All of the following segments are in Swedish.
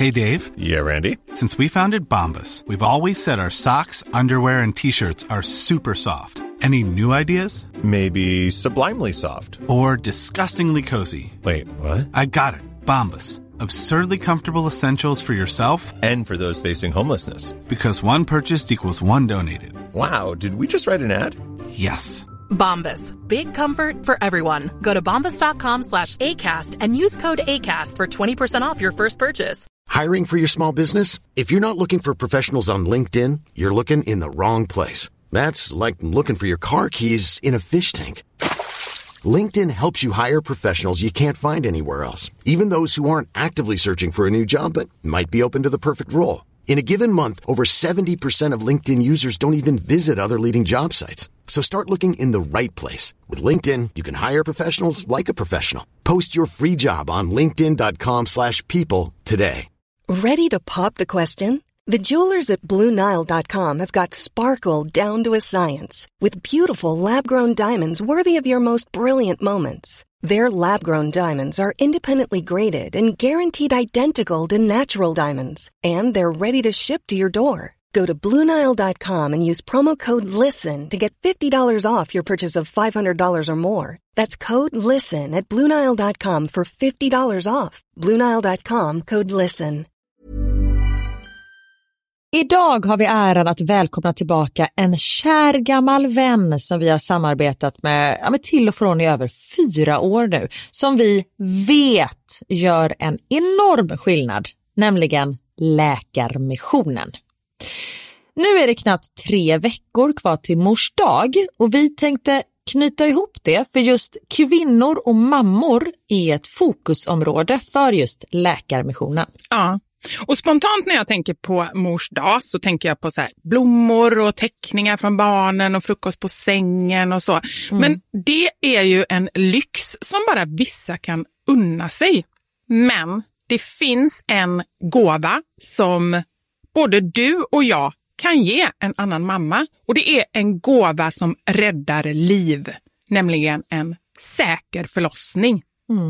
Hey, Dave. Yeah, Randy. Since we founded Bombas, we've always said our socks, underwear, and T-shirts are super soft. Any new ideas? Maybe sublimely soft. Or disgustingly cozy. Wait, what? I got it. Bombas. Absurdly comfortable essentials for yourself And for those facing homelessness. Because one purchased equals one donated. Wow, did we just write an ad? Yes. Bombas. Big comfort for everyone. Go to bombas.com/ACAST and use code ACAST for 20% off your first purchase. Hiring for your small business? If you're not looking for professionals on LinkedIn, you're looking in the wrong place. That's like looking for your car keys in a fish tank. LinkedIn helps you hire professionals you can't find anywhere else, even those who aren't actively searching for a new job but might be open to the perfect role. In a given month, over 70% of LinkedIn users don't even visit other leading job sites. So start looking in the right place. With LinkedIn, you can hire professionals like a professional. Post your free job on linkedin.com/people today. Ready to pop the question? The jewelers at BlueNile.com have got sparkle down to a science with beautiful lab-grown diamonds worthy of your most brilliant moments. Their lab-grown diamonds are independently graded and guaranteed identical to natural diamonds, and they're ready to ship to your door. Go to BlueNile.com and use promo code LISTEN to get $50 off your purchase of $500 or more. That's code LISTEN at BlueNile.com for $50 off. BlueNile.com, code LISTEN. Idag har vi äran att välkomna tillbaka en kär gammal vän som vi har samarbetat med till och från i över 4 år nu. Som vi vet gör en enorm skillnad, nämligen Läkarmissionen. Nu är det knappt 3 veckor kvar till Mors dag och vi tänkte knyta ihop det, för just kvinnor och mammor är ett fokusområde för just Läkarmissionen. Ja. Och spontant när jag tänker på Mors dag så tänker jag på så här blommor och teckningar från barnen och frukost på sängen och så. Men det är ju en lyx som bara vissa kan unna sig. Men det finns en gåva som både du och jag kan ge en annan mamma. Och det är en gåva som räddar liv, nämligen en säker förlossning.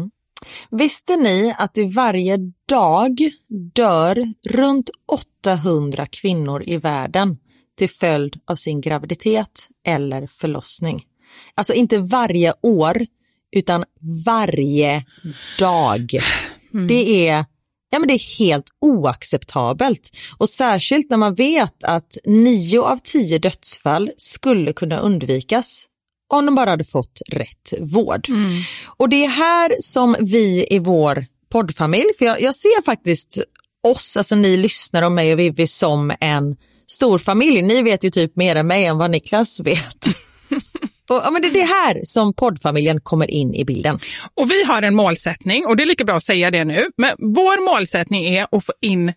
Visste ni att i varje dag dör runt 800 kvinnor i världen till följd av sin graviditet eller förlossning? Alltså inte varje år, utan varje dag. Det är helt oacceptabelt. Och särskilt när man vet att 9 av 10 dödsfall skulle kunna undvikas om de bara hade fått rätt vård. Och det är här som vi i vår poddfamilj, för jag ser faktiskt oss, alltså ni lyssnar om mig och Vivi, som en stor familj. Ni vet ju typ mer än mig än vad Niklas vet. Men det är det här som poddfamiljen kommer in i bilden. Och vi har en målsättning, och det är lika bra att säga det nu. Men vår målsättning är att få in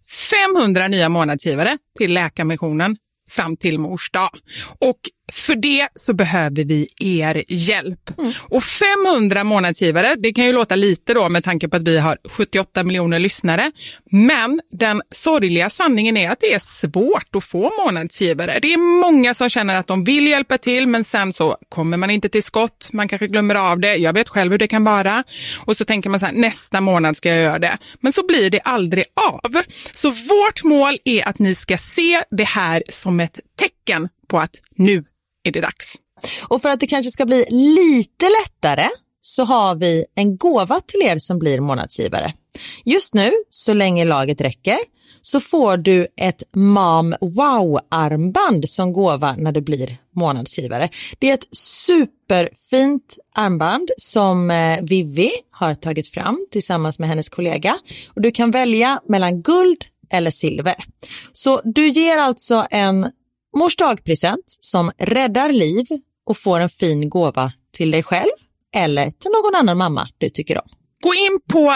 500 nya månadsgivare till Läkarmissionen fram till Mors dag. Och för det så behöver vi er hjälp. Och 500 månadsgivare, det kan ju låta lite då med tanke på att vi har 78 miljoner lyssnare. Men den sorgliga sanningen är att det är svårt att få månadsgivare. Det är många som känner att de vill hjälpa till, men sen så kommer man inte till skott. Man kanske glömmer av det. Jag vet själv hur det kan vara. Och så tänker man så här, nästa månad ska jag göra det. Men så blir det aldrig av. Så vårt mål är att ni ska se det här som ett tecken på att nu är det dags. Och för att det kanske ska bli lite lättare så har vi en gåva till er som blir månadsgivare. Just nu, så länge laget räcker, så får du ett Mom Wow-armband som gåva när du blir månadsgivare. Det är ett superfint armband som Vivi har tagit fram tillsammans med hennes kollega. Och du kan välja mellan guld eller silver. Så du ger alltså en Mors dagpresent som räddar liv och får en fin gåva till dig själv eller till någon annan mamma du tycker om. Gå in på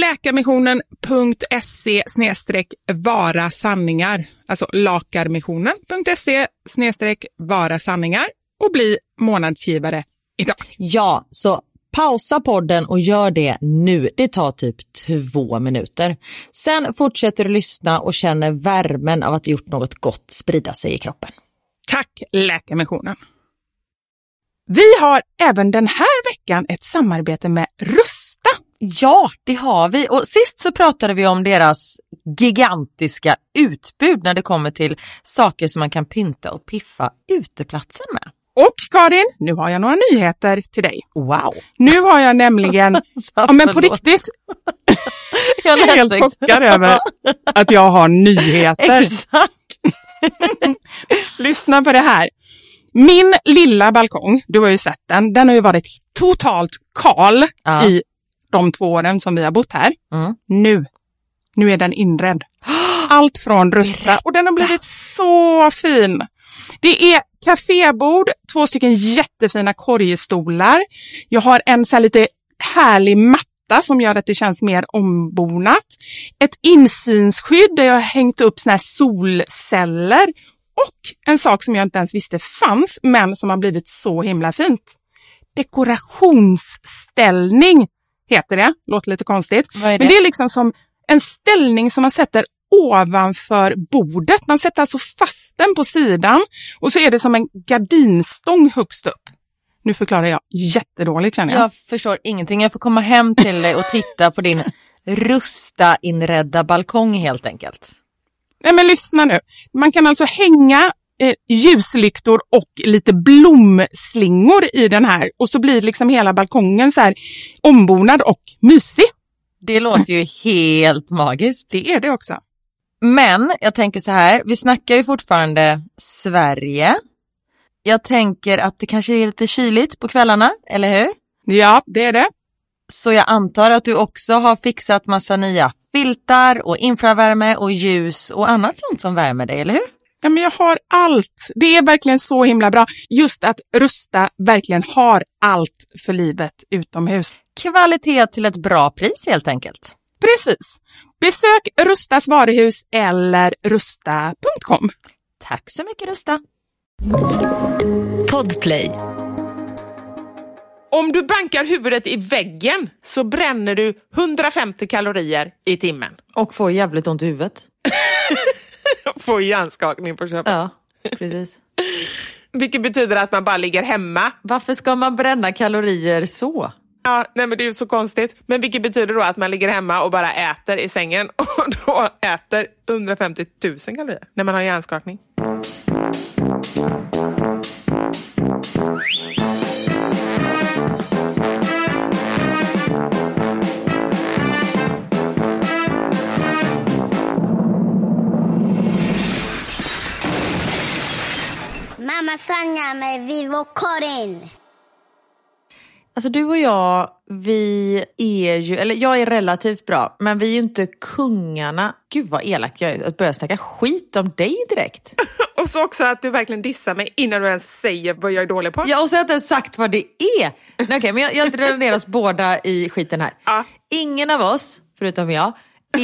läkarmissionen.se/vara sanningar, alltså lakarmissionen.se/vara sanningar och bli månadsgivare idag. Ja, så pausa podden och gör det nu. Det tar typ 2 minuter. Sen fortsätter du lyssna och känner värmen av att ha gjort något gott sprida sig i kroppen. Tack Läkarmissionen. Vi har även den här veckan ett samarbete med Rusta. Ja, det har vi. Och sist så pratade vi om deras gigantiska utbud när det kommer till saker som man kan pynta och piffa uteplatsen med. Och Karin, nu har jag några nyheter till dig. Wow. Nu har jag nämligen, ja men på riktigt, jag är helt chockad över att jag har nyheter. Exakt. Lyssna på det här. Min lilla balkong, du har ju sett den har ju varit totalt kal i de 2 åren som vi har bott här. Nu är den inredd. Allt från rusta och den har blivit så fin. Det är kafébord, 2 stycken jättefina korgstolar. Jag har en så här lite härlig matta som gör att det känns mer ombonat. Ett insynsskydd där jag har hängt upp såna här solceller. Och en sak som jag inte ens visste fanns, men som har blivit så himla fint. Dekorationsställning heter det. Låter lite konstigt. Vad är det? Men det är liksom som en ställning som man sätter ovanför bordet. Man sätter alltså fast den på sidan och så är det som en gardinstång högst upp. Nu förklarar jag jättedåligt känner jag. Jag förstår ingenting. Jag får komma hem till dig och titta på din rusta-inredda balkong helt enkelt. Nej men lyssna nu. Man kan alltså hänga ljuslyktor och lite blomslingor i den här. Och så blir liksom hela balkongen så här ombonad och mysig. Det låter ju helt magiskt. Det är det också. Men jag tänker så här, vi snackar ju fortfarande Sverige. Jag tänker att det kanske är lite kyligt på kvällarna, eller hur? Ja, det är det. Så jag antar att du också har fixat massa nya filtar och infravärme och ljus och annat sånt som värmer dig, eller hur? Ja, men jag har allt. Det är verkligen så himla bra. Just att Rusta verkligen har allt för livet utomhus. Kvalitet till ett bra pris helt enkelt. Precis. Besök Rustas varuhus eller rusta.com. Tack så mycket Rusta. Podplay. Om du bankar huvudet i väggen så bränner du 150 kalorier i timmen. Och får jävligt ont i huvudet. Får hjärnskakning på köpet. Ja, precis. Vilket betyder att man bara ligger hemma. Varför ska man bränna kalorier så? Ja, nej men det är ju så konstigt. Men vilket betyder då att man ligger hemma och bara äter i sängen och då äter 150 000 kalorier när man har hjärnskakning. Mamma Sanja med Vivo Karin. Alltså du och jag, vi är ju, eller jag är relativt bra, men vi är ju inte kungarna. Gud vad elak jag är att börja snacka skit om dig direkt. Och så också att du verkligen dissar mig innan du ens säger vad jag är dålig på. Ja, och så har jag inte ens sagt vad det är. Nej, okej, men jag drar ner oss båda i skiten här. Ja. Ingen av oss, förutom jag,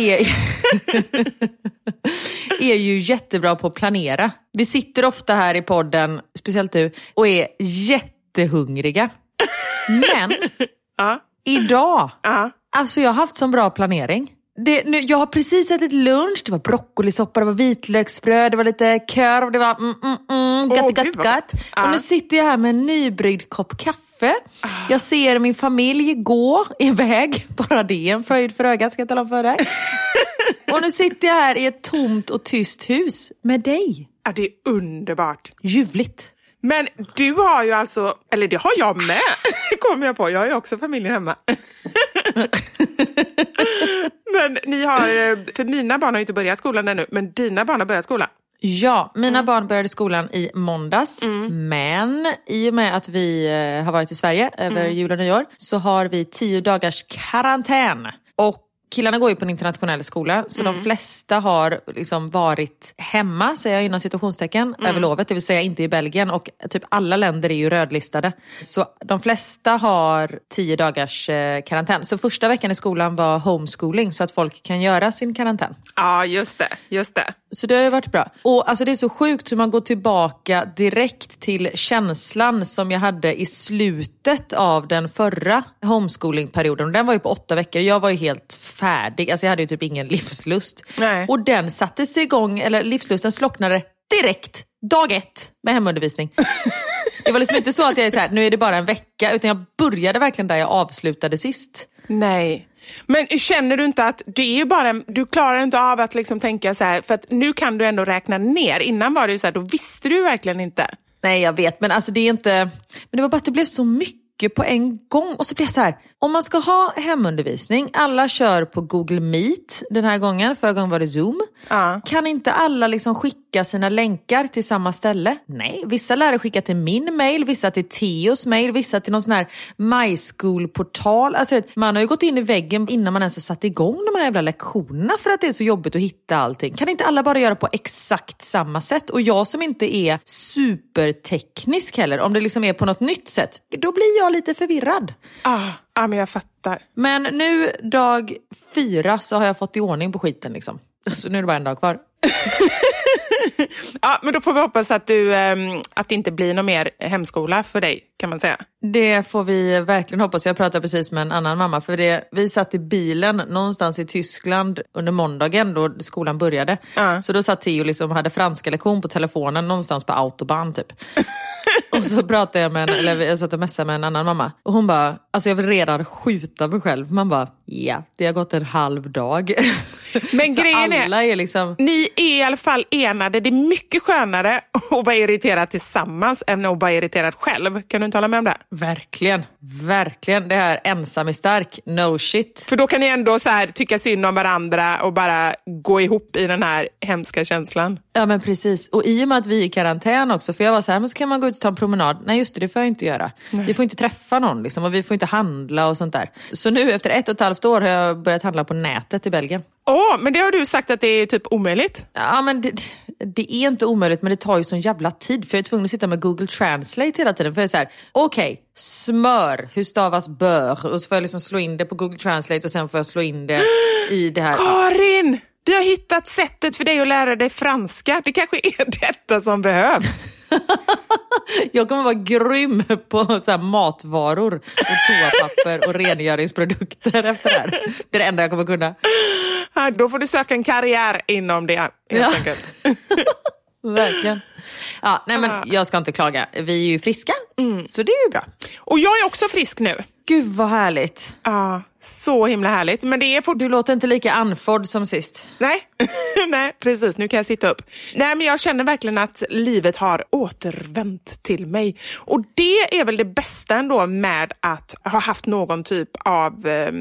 är ju jättebra på att planera. Vi sitter ofta här i podden, speciellt du, och är jättehungriga. Men idag, alltså jag har haft sån bra planering. Jag har precis ätit lunch, det var broccolisoppa, det var vitlöksbröd, det var lite korv, det var gott. Och nu sitter jag här med en nybryggd kopp kaffe. Jag ser min familj gå iväg, bara det är en fröjd för ögat, ska jag tala om för dig. Och nu sitter jag här i ett tomt och tyst hus med dig. Ja, det är underbart. Ljuvligt. Men du har ju alltså, eller det har jag med, kommer jag på. Jag har ju också familjen hemma. Men ni har, för mina barn har ju inte börjat skolan ännu, men dina barn har börjat skolan. Ja, mina barn började skolan i måndags, men i och med att vi har varit i Sverige över jul och nyår så har vi 10 dagars karantän. Och killarna går ju på en internationell skola, så de flesta har liksom varit hemma, säger jag inom situationstecken, över lovet, det vill säga inte i Belgien, och typ alla länder är ju rödlistade. Så de flesta har 10 dagars karantän. Så första veckan i skolan var homeschooling, så att folk kan göra sin karantän. Ja, just det. Så det har ju varit bra. Och alltså det är så sjukt hur man går tillbaka direkt till känslan som jag hade i slutet av den förra homeschoolingperioden. Den var ju på 8 veckor. Jag var ju helt färdig. Alltså jag hade ju typ ingen livslust. Nej. Och den sattes igång, eller livslusten slocknade direkt. Dag 1 med hemundervisning. Det var liksom inte så att jag är så här, nu är det bara en vecka, utan jag började verkligen där jag avslutade sist. Nej. Men känner du inte att det är ju bara, du klarar inte av att liksom tänka så här, för att nu kan du ändå räkna ner. Innan var det ju så här, då visste du verkligen inte. Nej, jag vet, men alltså det är inte, men det var bara att det blev så mycket på en gång. Och så blir jag så här, om man ska ha hemundervisning, alla kör på Google Meet den här gången, förra gången var det Zoom. Kan inte alla liksom skicka sina länkar till samma ställe? Nej, vissa lärare skickar till min mail, vissa till Theos mail, vissa till någon sån här MySchool-portal. Alltså man har ju gått in i väggen innan man ens har satt igång de här jävla lektionerna för att det är så jobbigt att hitta allting. Kan inte alla bara göra på exakt samma sätt? Och jag som inte är superteknisk heller, om det liksom är på något nytt sätt, då blir jag lite förvirrad. Ja, men jag fattar. Men nu dag 4 så har jag fått i ordning på skiten liksom. Så nu är det bara en dag kvar. Ja, men då får vi hoppas att att det inte blir någon mer hemskola för dig, kan man säga. Det får vi verkligen hoppas. Jag pratade precis med en annan mamma. För vi satt i bilen någonstans i Tyskland under måndagen då skolan började. Så då satt Theo liksom, hade franska lektion på telefonen någonstans på autobahn typ. Och så pratade jag satt och messade med en annan mamma. Och hon bara, alltså jag vill redan skjuta mig själv. Man bara, ja, det har gått en halv dag. Men grejen är liksom... ni är i alla fall enade. Det är mycket skönare att vara irriterad tillsammans än att vara irriterad själv. Kan du inte hålla med om det? Verkligen, verkligen. Det här ensam är stark, no shit. För då kan ni ändå så här tycka synd om varandra och bara gå ihop i den här hemska känslan. Ja men precis, och i och med att vi är i karantän också, för jag var så här, men så kan man gå ut och ta en promenad. Nej just det får jag inte göra. Nej. Vi får inte träffa någon liksom, och vi får inte handla och sånt där. Så nu efter 1,5 år har jag börjat handla på nätet i Belgien. Men det har du sagt att det är typ omöjligt. Ja men det är inte omöjligt, men det tar ju sån jävla tid. För jag är tvungen att sitta med Google Translate hela tiden. För jag är så här, okej, smör, hur stavas bör? Och så får jag liksom slå in det på Google Translate och sen får jag slå in det i det här. Karin! Vi har hittat sättet för dig att lära dig franska. Det kanske är detta som behövs. Jag kommer vara grym på så här matvaror och toapapper och rengöringsprodukter efter det här. Det är det enda jag kommer kunna. Ja, då får du söka en karriär inom det helt enkelt. Verkligen. Ja, nej men jag ska inte klaga. Vi är ju friska, så det är ju bra. Och jag är också frisk nu. Gud vad härligt. Ja, så himla härligt. Men det är Du låter inte lika andfådd som sist. Nej, nej, precis. Nu kan jag sitta upp. Nej, men jag känner verkligen att livet har återvänt till mig. Och det är väl det bästa ändå med att ha haft någon typ av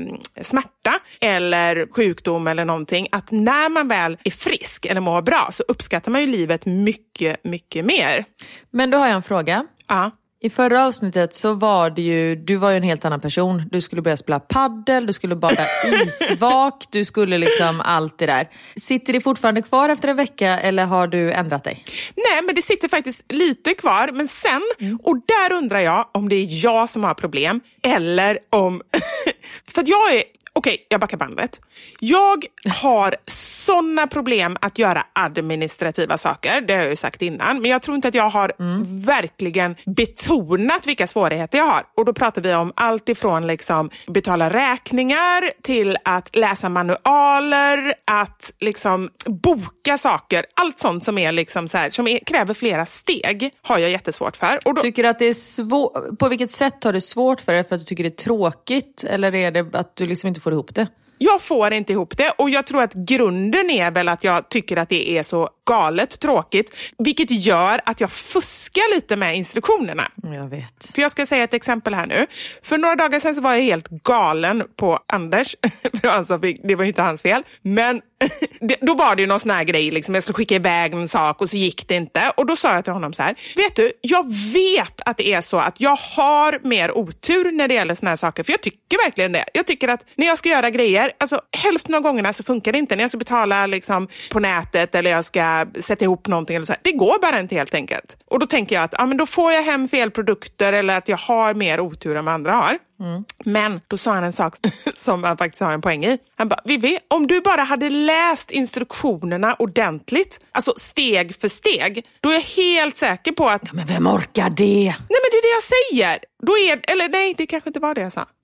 smärta eller sjukdom eller någonting. Att när man väl är frisk eller mår bra så uppskattar man ju livet mycket, mycket mer. Men då har jag en fråga. Ja. I förra avsnittet så var det ju, du var ju en helt annan person. Du skulle börja spela paddel, du skulle bada isvak, du skulle liksom allt det där. Sitter det fortfarande kvar efter en vecka eller har du ändrat dig? Nej, men det sitter faktiskt lite kvar. Men sen, och där undrar jag om det är jag som har problem eller om... för att jag är... Okej, jag backar bandet. Jag har såna problem att göra administrativa saker. Det har jag ju sagt innan. Men jag tror inte att jag har verkligen betonat vilka svårigheter jag har. Och då pratar vi om allt ifrån liksom betala räkningar till att läsa manualer, att liksom boka saker. Allt sånt som är liksom så här, som kräver flera steg har jag jättesvårt för. Och då... Tycker du att det är svårt? På vilket sätt har du svårt för det? För att du tycker det är tråkigt? Eller är det att du liksom inte får ihop det? Jag får inte ihop det och jag tror att grunden är väl att jag tycker att det är så galet tråkigt, vilket gör att jag fuskar lite med instruktionerna. Jag vet. För jag ska säga ett exempel här nu. För några dagar sedan så var jag helt galen på Anders. Alltså, det var ju inte hans fel. Men då var det ju någon sån här grej. Liksom. Jag skulle skicka iväg en sak och så gick det inte. Och då sa jag till honom så här. Vet du, jag vet att det är så att jag har mer otur när det gäller såna här saker. För jag tycker verkligen det. Jag tycker att när jag ska göra grejer, alltså hälften av gångerna så funkar det inte. När jag ska betala liksom, på nätet eller jag ska sätta ihop någonting eller så här. Det går bara inte helt enkelt. Och då tänker jag att men då får jag hem fel produkter eller att jag har mer otur än vad andra har. Men då sa han en sak som han faktiskt har en poäng i. Han bara, Vivi, om du bara hade läst instruktionerna ordentligt, alltså steg för steg, då är jag helt säker på att... Ja, men vem orkar det? Nej, men det är det jag säger. Då är, eller nej, det kanske inte var det jag sa. Nej,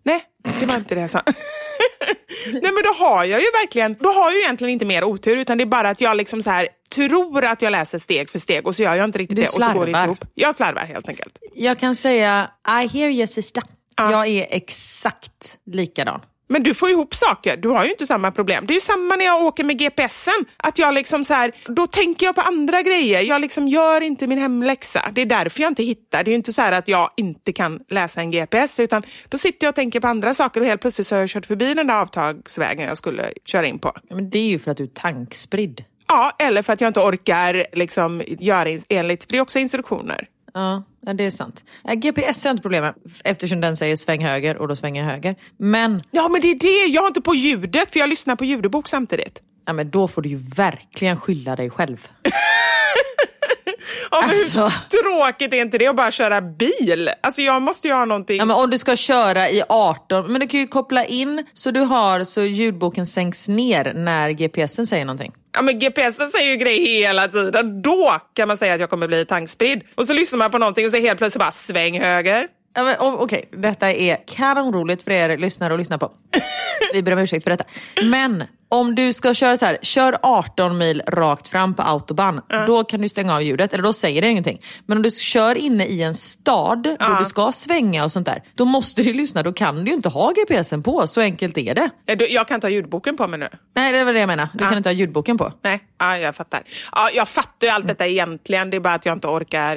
Det var inte det jag sa. Nej, men då har jag ju verkligen, då har jag ju egentligen inte mer otur, utan det är bara att jag liksom så här tror att jag läser steg för steg och så gör jag inte riktigt det och så går det inte ihop. Jag slarvar helt enkelt. Jag kan säga, I hear you sister. Jag är exakt likadan. Men du får ihop saker, du har ju inte samma problem. Det är ju samma när jag åker med GPSen. Att jag liksom så här, då tänker jag på andra grejer. Jag liksom gör inte min hemläxa. Det är därför jag inte hittar. Det är ju inte så här att jag inte kan läsa en GPS. Utan då sitter jag och tänker på andra saker. Och helt plötsligt så har jag kört förbi den där avtagsvägen jag skulle köra in på. Men det är ju för att du är tankspridd. Ja, eller för att jag inte orkar liksom göra enligt. För det är också instruktioner. Ja, det är sant. GPS är inte problemet eftersom den säger sväng höger och då svänger jag höger. Men... Ja, men det är det. Jag har inte på ljudet för jag lyssnar på ljudbok samtidigt. Ja, men då får du ju verkligen skylla dig själv. Ja, men hur tråkigt är inte det att bara köra bil? Alltså jag måste ju ha någonting. Ja, men om du ska köra i 18, men du kan ju koppla in så du har så ljudboken sänks ner när GPSen säger någonting. Ja, men GPSen säger ju grejer hela tiden. Då kan man säga att jag kommer bli tankspridd. Och så lyssnar man på någonting och så helt plötsligt bara sväng höger. Ja, men okej, detta är kanonroligt för er lyssnare att lyssna på. Vi ber om ursäkt för detta. Men om du ska köra så här, kör 18 mil rakt fram på autobahn, då kan du stänga av ljudet, eller då säger det ingenting. Men om du kör inne i en stad då du ska svänga och sånt där, då måste du lyssna, då kan du ju inte ha GPSen på, så enkelt är det. Jag kan inte ha ljudboken på mig nu. Nej, det var det jag menar. Du kan inte ha ljudboken på. Nej, jag fattar. Ja, jag fattar ju allt detta egentligen, det är bara att jag inte orkar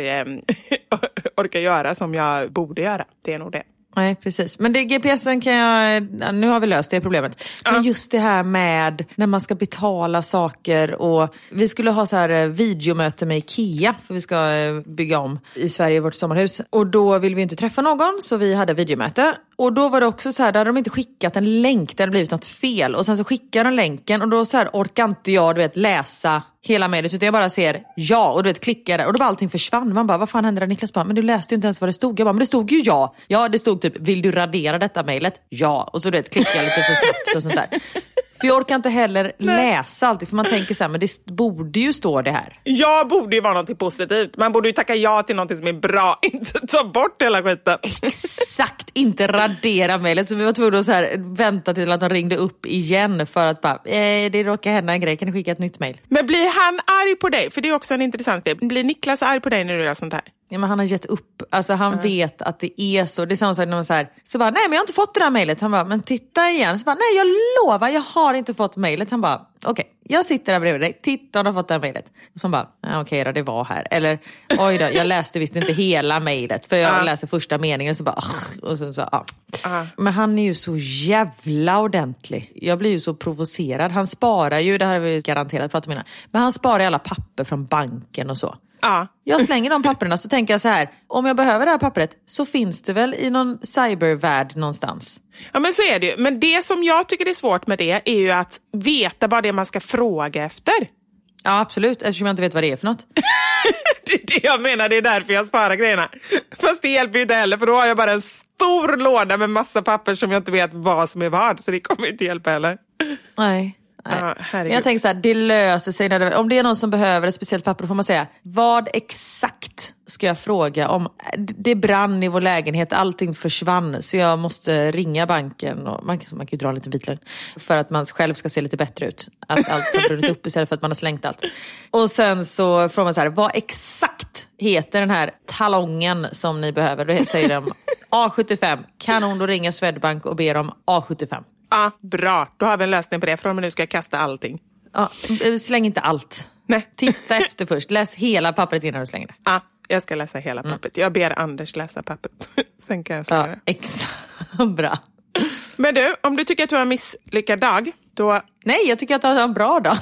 göra som jag borde göra. Det är nog det. Nej, precis. Men det GPSen kan nu har vi löst det problemet. Men just det här med när man ska betala saker och vi skulle ha så här videomöte med IKEA för vi ska bygga om i Sverige vårt sommarhus. Och då vill vi inte träffa någon så vi hade videomöte. Och då var det också så här, där hade de inte skickat en länk, där det blivit något fel. Och sen så skickar de länken och då så här orkar inte jag, läsa hela mejlet, utan jag bara ser ja och klickar där och då var allting försvann. Man bara, vad fan hände där? Niklas bara, men du läste ju inte ens vad det stod. Jag bara, men det stod ju ja. Ja, det stod typ, vill du radera detta mejlet? Ja. Och så klickar jag lite för snabbt och sånt där. För jag orkar inte heller läsa alltid, för man tänker så här, men det borde ju stå det här. Ja, borde ju vara något positivt. Man borde ju tacka ja till något som är bra, inte ta bort hela skiten. Exakt, inte radera mejlet. Så vi var tvungna att så här, vänta till att de ringde upp igen för att bara, det råkar hända en grej, kan du skicka ett nytt mejl? Men blir han arg på dig? För det är också en intressant grej. Blir Niklas arg på dig när du gör sånt här? Ja, men han har gett upp. Alltså han vet att det är så. Det är samma sak när man så bara, nej men jag har inte fått det här mejlet. Han bara, men titta igen. Så bara, nej jag lovar, jag har inte fått mejlet. Han bara, okej, jag sitter där bredvid dig. Titta om du har fått det här mejlet. Och så bara, okej då, det var här. Eller, oj då, jag läste visst inte hela mejlet. För jag läser första meningen så bara, och sen så, Men han är ju så jävla ordentlig. Jag blir ju så provocerad. Han sparar ju, det här har vi garanterat pratat om innan. Men han sparar alla papper från banken och så. Jag slänger de papperna så tänker jag så här, om jag behöver det här pappret så finns det väl i någon cybervärld någonstans. Ja, men så är det ju. Men det som jag tycker är svårt med det är ju att veta vad det är man ska fråga efter. Ja, absolut, eftersom jag inte vet vad det är för något. Det är det jag menar, det är därför jag sparar grejerna. Fast det hjälper ju inte heller, för då har jag bara en stor låda med massa papper som jag inte vet vad som är vad. Så det kommer inte hjälpa heller. Nej. Jag tänker så här, det löser sig om det är någon som behöver ett speciellt papper, då får man säga, vad exakt ska jag fråga om? Det brann i vår lägenhet, allting försvann så jag måste ringa banken och man kan ju dra lite vitlön för att man själv ska se lite bättre ut, att allt har brunnit upp istället för att man har slängt allt. Och sen så frågar man så här, vad exakt heter den här talongen som ni behöver? Då säger de A75, kanon, då ringer Swedbank och ber om A75. Ja, bra. Då har vi en lösning på det. Från och med nu ska jag kasta allting. Ja, släng inte allt. Nej. Titta efter först. Läs hela pappret innan du slänger det. Ja, jag ska läsa hela pappret. Jag ber Anders läsa pappret. Sen kan jag slänga det. Exakt. Bra. Men du, om du tycker att du har en misslyckad dag, då... Nej, jag tycker att du har en bra dag.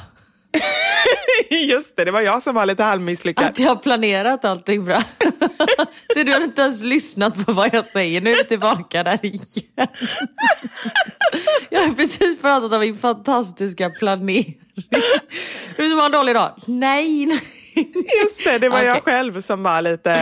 Just det var jag som var lite halvmisslyckad. Att jag har planerat allting bra. Så du har inte ens lyssnat på vad jag säger. Nu är vi tillbaka där igen. Jag har precis pratat om min fantastiska planering. Du som har en dålig dag. Nej. Just det var jag själv som var lite...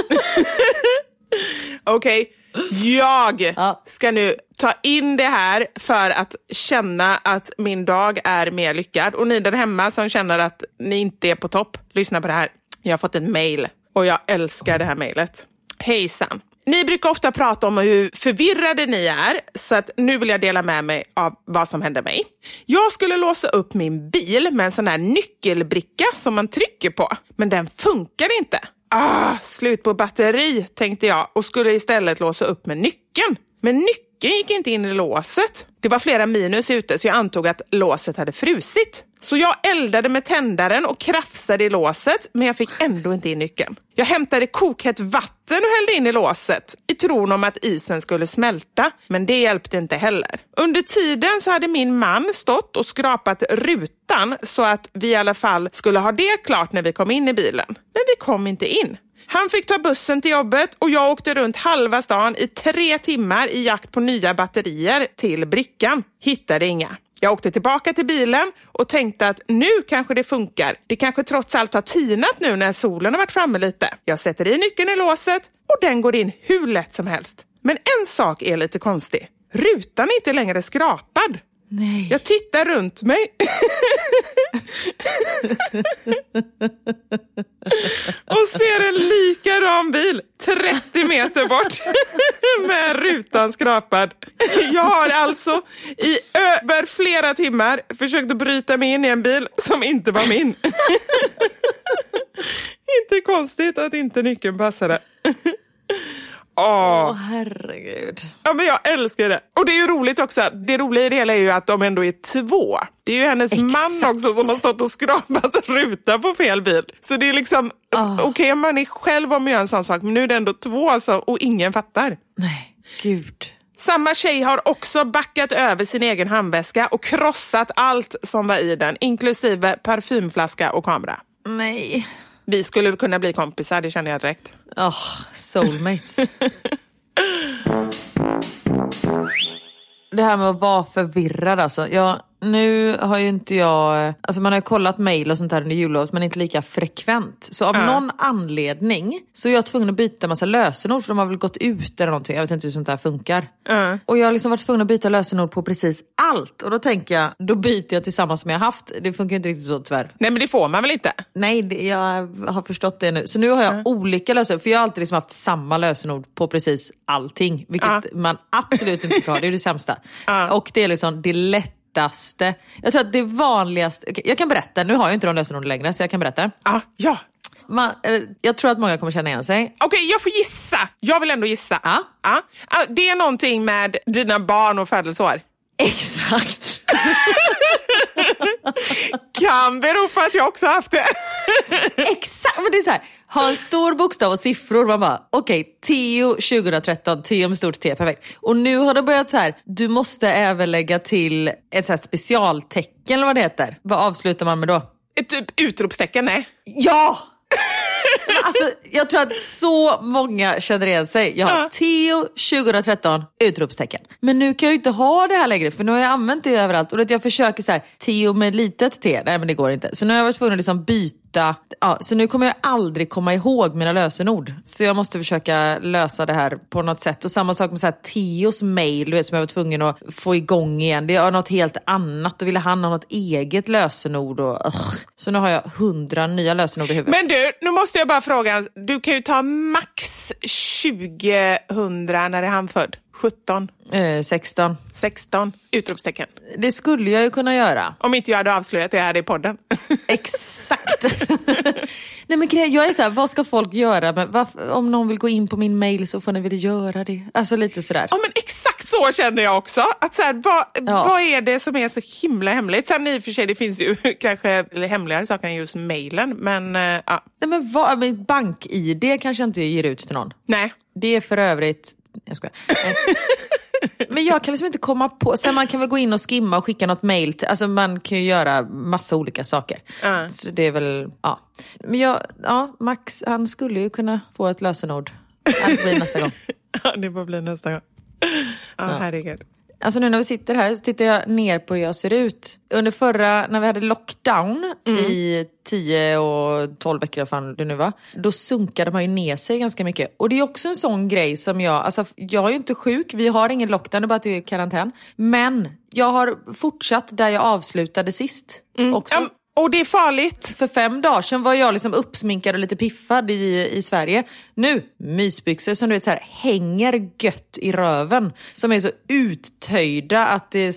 Okej. Jag ska nu ta in det här för att känna att min dag är mer lyckad. Och ni där hemma som känner att ni inte är på topp, lyssna på det här. Jag har fått ett mejl och jag älskar det här mejlet. Hejsan. Ni brukar ofta prata om hur förvirrade ni är, så att nu vill jag dela med mig av vad som hände mig. Jag skulle låsa upp min bil med en sån här nyckelbricka som man trycker på, men den funkar inte. Slut på batteri, tänkte jag, och skulle istället låsa upp med nyckeln. Men nyckeln gick inte in i låset. Det var flera minus ute, så jag antog att låset hade frusit. Så jag eldade med tändaren och krafsade i låset, men jag fick ändå inte in nyckeln. Jag hämtade kokhett vatten och hällde in i låset i tron om att isen skulle smälta, men det hjälpte inte heller. Under tiden så hade min man stått och skrapat rutan så att vi i alla fall skulle ha det klart när vi kom in i bilen. Men vi kom inte in. Han fick ta bussen till jobbet och jag åkte runt halva stan i 3 timmar i jakt på nya batterier till brickan. Hittade inga. Jag åkte tillbaka till bilen och tänkte att nu kanske det funkar. Det kanske trots allt har tinat nu när solen har varit framme lite. Jag sätter i nyckeln i låset och den går in hur lätt som helst. Men en sak är lite konstig. Rutan är inte längre skrapad. Nej. Jag tittar runt mig och ser en likadan bil 30 meter bort med rutan skrapad. Jag har alltså i över flera timmar försökt att bryta mig in i en bil som inte var min. Inte konstigt att inte nyckeln passade. Åh, herregud. Ja, men jag älskar det. Och det är ju roligt också. Det roliga i det hela är ju att de ändå är 2. Det är ju hennes man också som har stått och skrapat ruta på fel bil. Så det är liksom, okej, man är själv om att göra en sån sak, men nu är det ändå 2 alltså, och ingen fattar. Nej, gud. Samma tjej har också backat över sin egen handväska och krossat allt som var i den, inklusive parfymflaska och kamera. Nej. Vi skulle kunna bli kompisar, det känner jag direkt. Soulmates. Det här med att vara förvirrad alltså. Nu har ju inte jag... Alltså man har ju kollat mejl och sånt här under jullovet, men inte lika frekvent. Så av någon anledning så är jag tvungen att byta massa lösenord, för de har väl gått ut eller någonting. Jag vet inte hur sånt här funkar. Och jag har liksom varit tvungen att byta lösenord på precis allt. Och då tänker jag, då byter jag tillsammans som jag haft. Det funkar ju inte riktigt så tyvärr. Nej, men det får man väl inte? Nej, jag har förstått det nu. Så nu har jag olika lösenord. För jag har alltid liksom haft samma lösenord på precis allting. Vilket man absolut inte ska ha. Det är det sämsta. Och det är liksom det lättaste. Jag tror att det vanligaste... Jag kan berätta. Nu har jag inte de lösenord längre, så jag kan berätta. Ja. Jag tror att många kommer känna igen sig. Okej, jag får gissa. Jag vill ändå gissa. Det är någonting med dina barn och födelseår. Exakt. Kan bero på att jag också haft det. Exakt, men det är så här. Ha en stor bokstav och siffror. Man bara, okej, Theo 2013, Theo med stort T, perfekt. Och nu har det börjat så här. Du måste även lägga till ett så här specialtecken eller vad det heter. Vad avslutar man med då? Ett typ utropstecken, nej. Ja! Alltså, jag tror att så många känner igen sig. Jag har Theo 2013, utropstecken. Men nu kan jag ju inte ha det här längre, för nu har jag använt det överallt. Och jag försöker så här, Theo med litet T. Nej, men det går inte. Så nu har jag varit tvungen att liksom byta. Så nu kommer jag aldrig komma ihåg mina lösenord. Så jag måste försöka lösa det här på något sätt. Och samma sak med så här, Theos mail, du vet, som jag var tvungen att få igång igen. Det är något helt annat. Och ville han ha något eget lösenord. Så nu har jag 100 nya lösenord i huvudet. Men du, nu måste jag bara fråga. Du kan ju ta max 2000 när är han född? 17? 16, utropstecken. Det skulle jag ju kunna göra. Om inte jag hade avslöjat det här i podden. Exakt. Nej, men jag är så här, vad ska folk göra? Men om någon vill gå in på min mail så får ni väl göra det. Alltså lite sådär. Ja, men exakt så känner jag också. Att så här, vad är det som är så himla hemligt? Sen i och för sig, det finns ju kanske hemligare saker än just mailen. Men ja. Nej, men bank-ID kanske inte ger ut till någon. Nej. Det är för övrigt... Jag skojar. Men jag kan liksom inte komma på. Sen man kan väl gå in och skimma och skicka något mail till, alltså man kan ju göra massa olika saker. Så det är väl, men Max, han skulle ju kunna få ett lösenord. Det blir nästa gång. Ja, det får bli nästa gång. Herregud. Alltså nu när vi sitter här så tittar jag ner på hur jag ser ut. Under förra, när vi hade lockdown i 10 och 12 veckor, fan det nu var, då sunkade man ju ner sig ganska mycket. Och det är också en sån grej som jag är ju inte sjuk, vi har ingen lockdown, det är bara att det är karantän. Men jag har fortsatt där jag avslutade sist också. Och det är farligt. För 5 dagar sedan var jag liksom uppsminkad och lite piffad i Sverige. Nu, mysbyxor som du vet så här, hänger gött i röven. Som är så uttöjda att det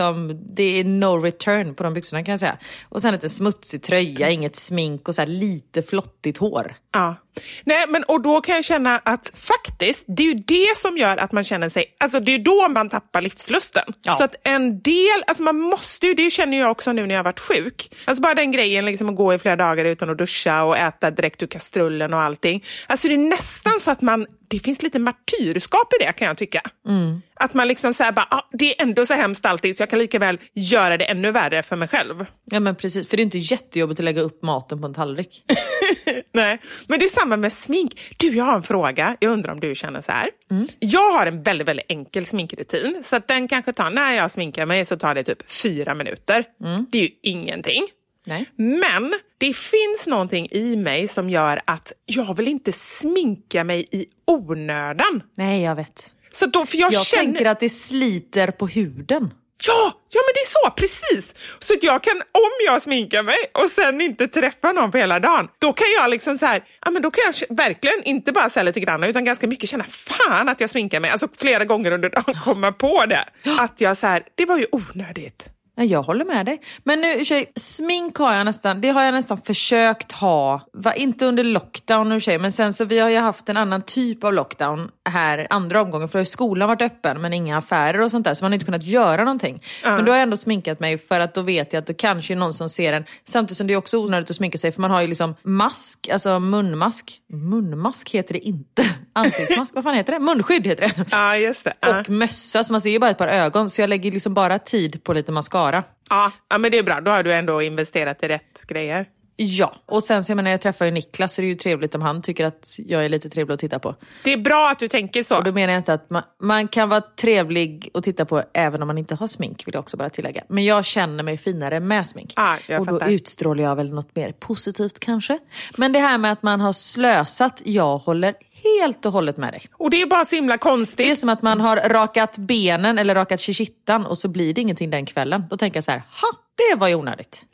är no return på de byxorna kan jag säga. Och sen en smutsig tröja, inget smink och så här lite flottigt hår. Ja. Nej, men och då kan jag känna att faktiskt, det är ju det som gör att man känner sig, alltså det är då man tappar livslusten. Ja. Så att en del, alltså man måste ju, det känner jag också nu när jag har varit sjuk. Alltså bara den grejen liksom att gå i flera dagar utan att duscha och äta direkt ur kastrullen och allting. Alltså det är nästan så att det finns lite martyrskap i det kan jag tycka. Att man liksom säger bara, det är ändå så hemskt alltid så jag kan lika väl göra det ännu värre för mig själv. Ja men precis, för det är inte jättejobbigt att lägga upp maten på en tallrik. Nej, men det är samma med smink. Du, jag har en fråga. Jag undrar om du känner så här. Jag har en väldigt, väldigt enkel sminkrutin. Så att den kanske tar, när jag sminkar mig så tar det typ 4 minuter. Det är ju ingenting. Nej. Men det finns någonting i mig som gör att jag vill inte sminka mig i onödan. Nej, jag vet. Så då, för jag tänker att det sliter på huden. Ja, men det är så, precis. Så att jag kan, om jag sminkar mig och sen inte träffar någon på hela dagen, då kan jag liksom så här, ja men då kan jag verkligen inte bara säga lite grann utan ganska mycket känna fan att jag sminkar mig. Alltså flera gånger under dagen komma på det. Att jag så här, det var ju onödigt. Jag håller med dig. Men nu, smink har jag nästan försökt ha. Inte under lockdown men sen så vi har ju haft en annan typ av lockdown här andra omgången. För skolan har varit öppen men inga affärer och sånt där. Så man har inte kunnat göra någonting. Men då har jag ändå sminkat mig för att då vet jag att då kanske är någon som ser en. Samtidigt som det är också onödigt att sminka sig för man har ju liksom mask, alltså munmask. Munmask heter det inte. Ansiktsmask, vad fan heter det? Munskydd heter det. Ja, just det. Och mössa, så man ser ju bara ett par ögon. Så jag lägger liksom bara tid på lite mascara. Ja, men det är bra. Då har du ändå investerat i rätt grejer. Ja, och sen så jag menar, jag träffar ju Niklas så det är ju trevligt om han tycker att jag är lite trevlig att titta på. Det är bra att du tänker så. Och då menar jag inte att man kan vara trevlig att titta på även om man inte har smink, vill jag också bara tillägga. Men jag känner mig finare med smink. Och då utstrålar jag väl något mer positivt kanske. Men det här med att man har slösat, jag håller helt och hållet med dig. Och det är bara så himla konstigt. Det är som att man har rakat benen eller rakat shishittan och så blir det ingenting den kvällen. Då tänker jag så här, det var ju onödigt.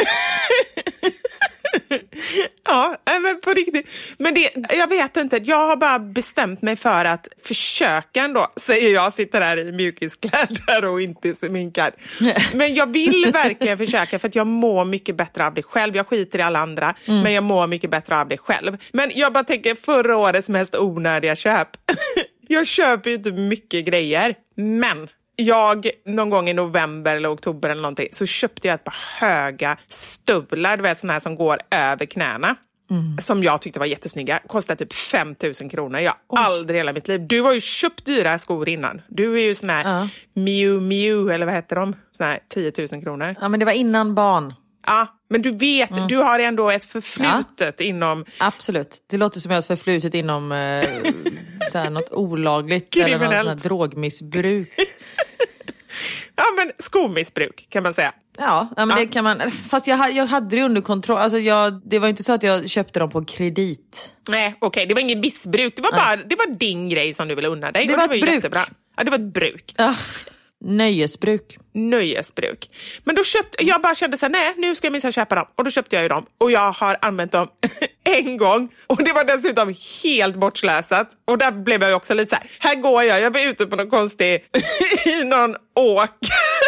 Ja, men på riktigt. Men jag vet inte, jag har bara bestämt mig för att försöka ändå, säger jag, sitter här i mjukiskläder och inte sminkad. Men jag vill verkligen försöka för att jag mår mycket bättre av det själv. Jag skiter i alla andra, men jag mår mycket bättre av det själv. Men jag bara tänker, förra årets mest onödiga köp. Jag köper ju inte mycket grejer, men jag någon gång i november eller oktober eller någonting så köpte jag ett par höga stövlar, du vet såna här som går över knäna. Som jag tyckte var jättesnygga. Kostade typ 5 000 kronor. Jag har aldrig i hela mitt liv. Du har ju köpt dyra skor innan. Du är ju sån här Miu eller vad heter de? Sån här 10 000 kronor. Ja, men det var innan barn. Ja, men du vet, du har ändå ett förflutet inom... Absolut, det låter som jag har ett förflutet inom såhär, något olagligt kriminellt. Eller något sånt här drogmissbruk. Ja, men skomissbruk kan man säga. Ja, men det kan man. Fast jag hade det under kontroll. Alltså det var inte så att jag köpte dem på kredit. Nej, okej, det var ingen missbruk. Det var bara, det var din grej som du ville unna dig. Det var ett bruk. Jättebra. Ja, det var ett bruk. Ja. Nöjesbruk. Men då jag bara kände så här, nej, nu ska jag minst köpa dem. Och då köpte jag ju dem. Och jag har använt dem en gång. Och det var dessutom helt bortslösat. Och där blev jag ju också lite så här går jag var ute på någon konstig i någon åker.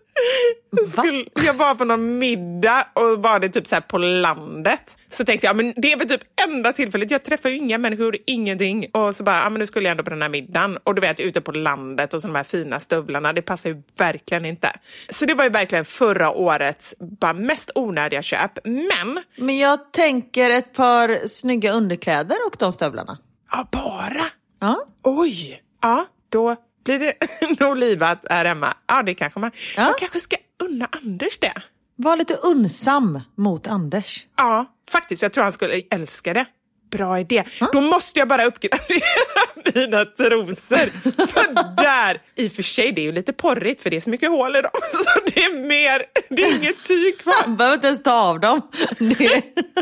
Jag var på någon middag och var det typ så här på landet. Så tänkte jag, men det är väl typ enda tillfället. Jag träffar ju inga människor, ingenting. Och så bara, men nu skulle jag ändå på den här middagen. Och du vet, ute på landet och så de här fina stövlarna. Det passar ju verkligen inte. Så det var ju verkligen förra årets bara mest onödiga köp. Men jag tänker ett par snygga underkläder och de stövlarna. Ja, bara? Ja. Oj, ja, då blir det nog livat här hemma. Ja, det kanske man kanske ska unna Anders det. Var lite unsam mot Anders. Ja, faktiskt. Jag tror han skulle älska det. Bra idé. Då måste jag bara uppgradera mina trosor. För där, i och för sig, det är ju lite porrigt för det är så mycket hål i dem. Så det är inget tyg kvar. Han behöver inte ens ta av dem. Men det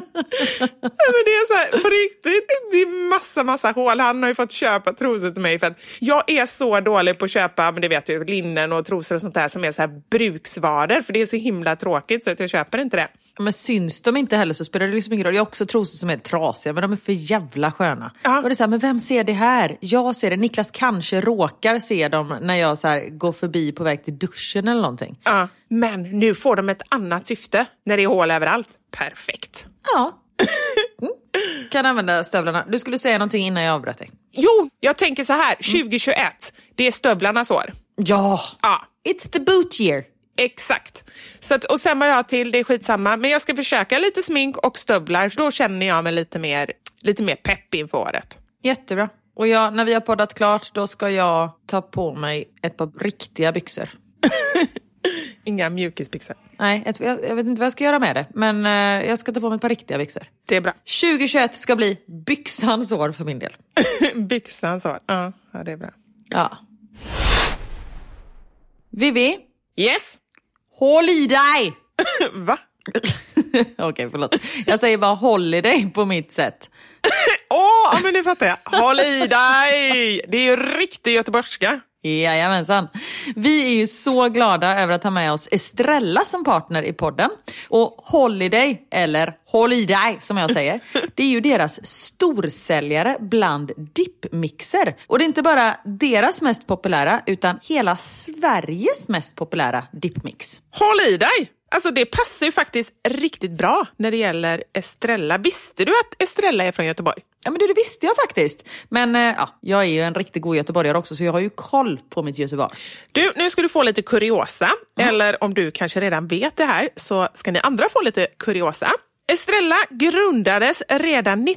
är så här, på riktigt, det är massa hål. Han har ju fått köpa trosor till mig för att jag är så dålig på att köpa, men det vet du, linnen och trosor och sånt där som är så här bruksvaror. För det är så himla tråkigt så att jag köper inte det. Men syns de inte heller så spelar det liksom ingen roll. Jag har också trosor som är trasiga, men de är för jävla sköna. Och det är så här, men vem ser det här? Jag ser det. Niklas kanske råkar se dem när jag så här går förbi på väg till duschen eller någonting. Ja, men nu får de ett annat syfte när det är hål överallt. Perfekt. Ja. Kan använda stövlarna. Du skulle säga någonting innan jag avbröt dig. Jo, jag tänker så här. 2021, det är stövlarnas år. Ja. It's the boot year. Exakt. Så att, och sen var jag till, det är skitsamma. Men jag ska försöka lite smink och stövlar. Då känner jag mig lite mer pepp inför året. Jättebra. Och när vi har poddat klart, då ska jag ta på mig ett par riktiga byxor. Inga mjukisbyxor. Nej, jag vet inte vad jag ska göra med det. Men jag ska ta på mig ett par riktiga byxor. Det är bra. 2021 ska bli byxans år för min del. Byxans år, ja det är bra. Ja. Vivi? Yes? Håll i dig! Va? Okej, förlåt. Jag säger bara håll i dig på mitt sätt. Men nu fattar jag. Håll i dig! Det är ju riktigt göteborgska. Jajamensan. Vi är ju så glada över att ha med oss Estrella som partner i podden. Och Holiday, eller Håll i dig som jag säger, det är ju deras storsäljare bland dipmixer. Och det är inte bara deras mest populära utan hela Sveriges mest populära dipmix. Håll i dig! Alltså det passar ju faktiskt riktigt bra när det gäller Estrella. Visste du att Estrella är från Göteborg? Ja, men det visste jag faktiskt. Men jag är ju en riktigt god göteborgare också, så jag har ju koll på mitt Göteborg. Du, nu ska du få lite kuriosa. Eller om du kanske redan vet det här, så ska ni andra få lite kuriosa. Estrella grundades redan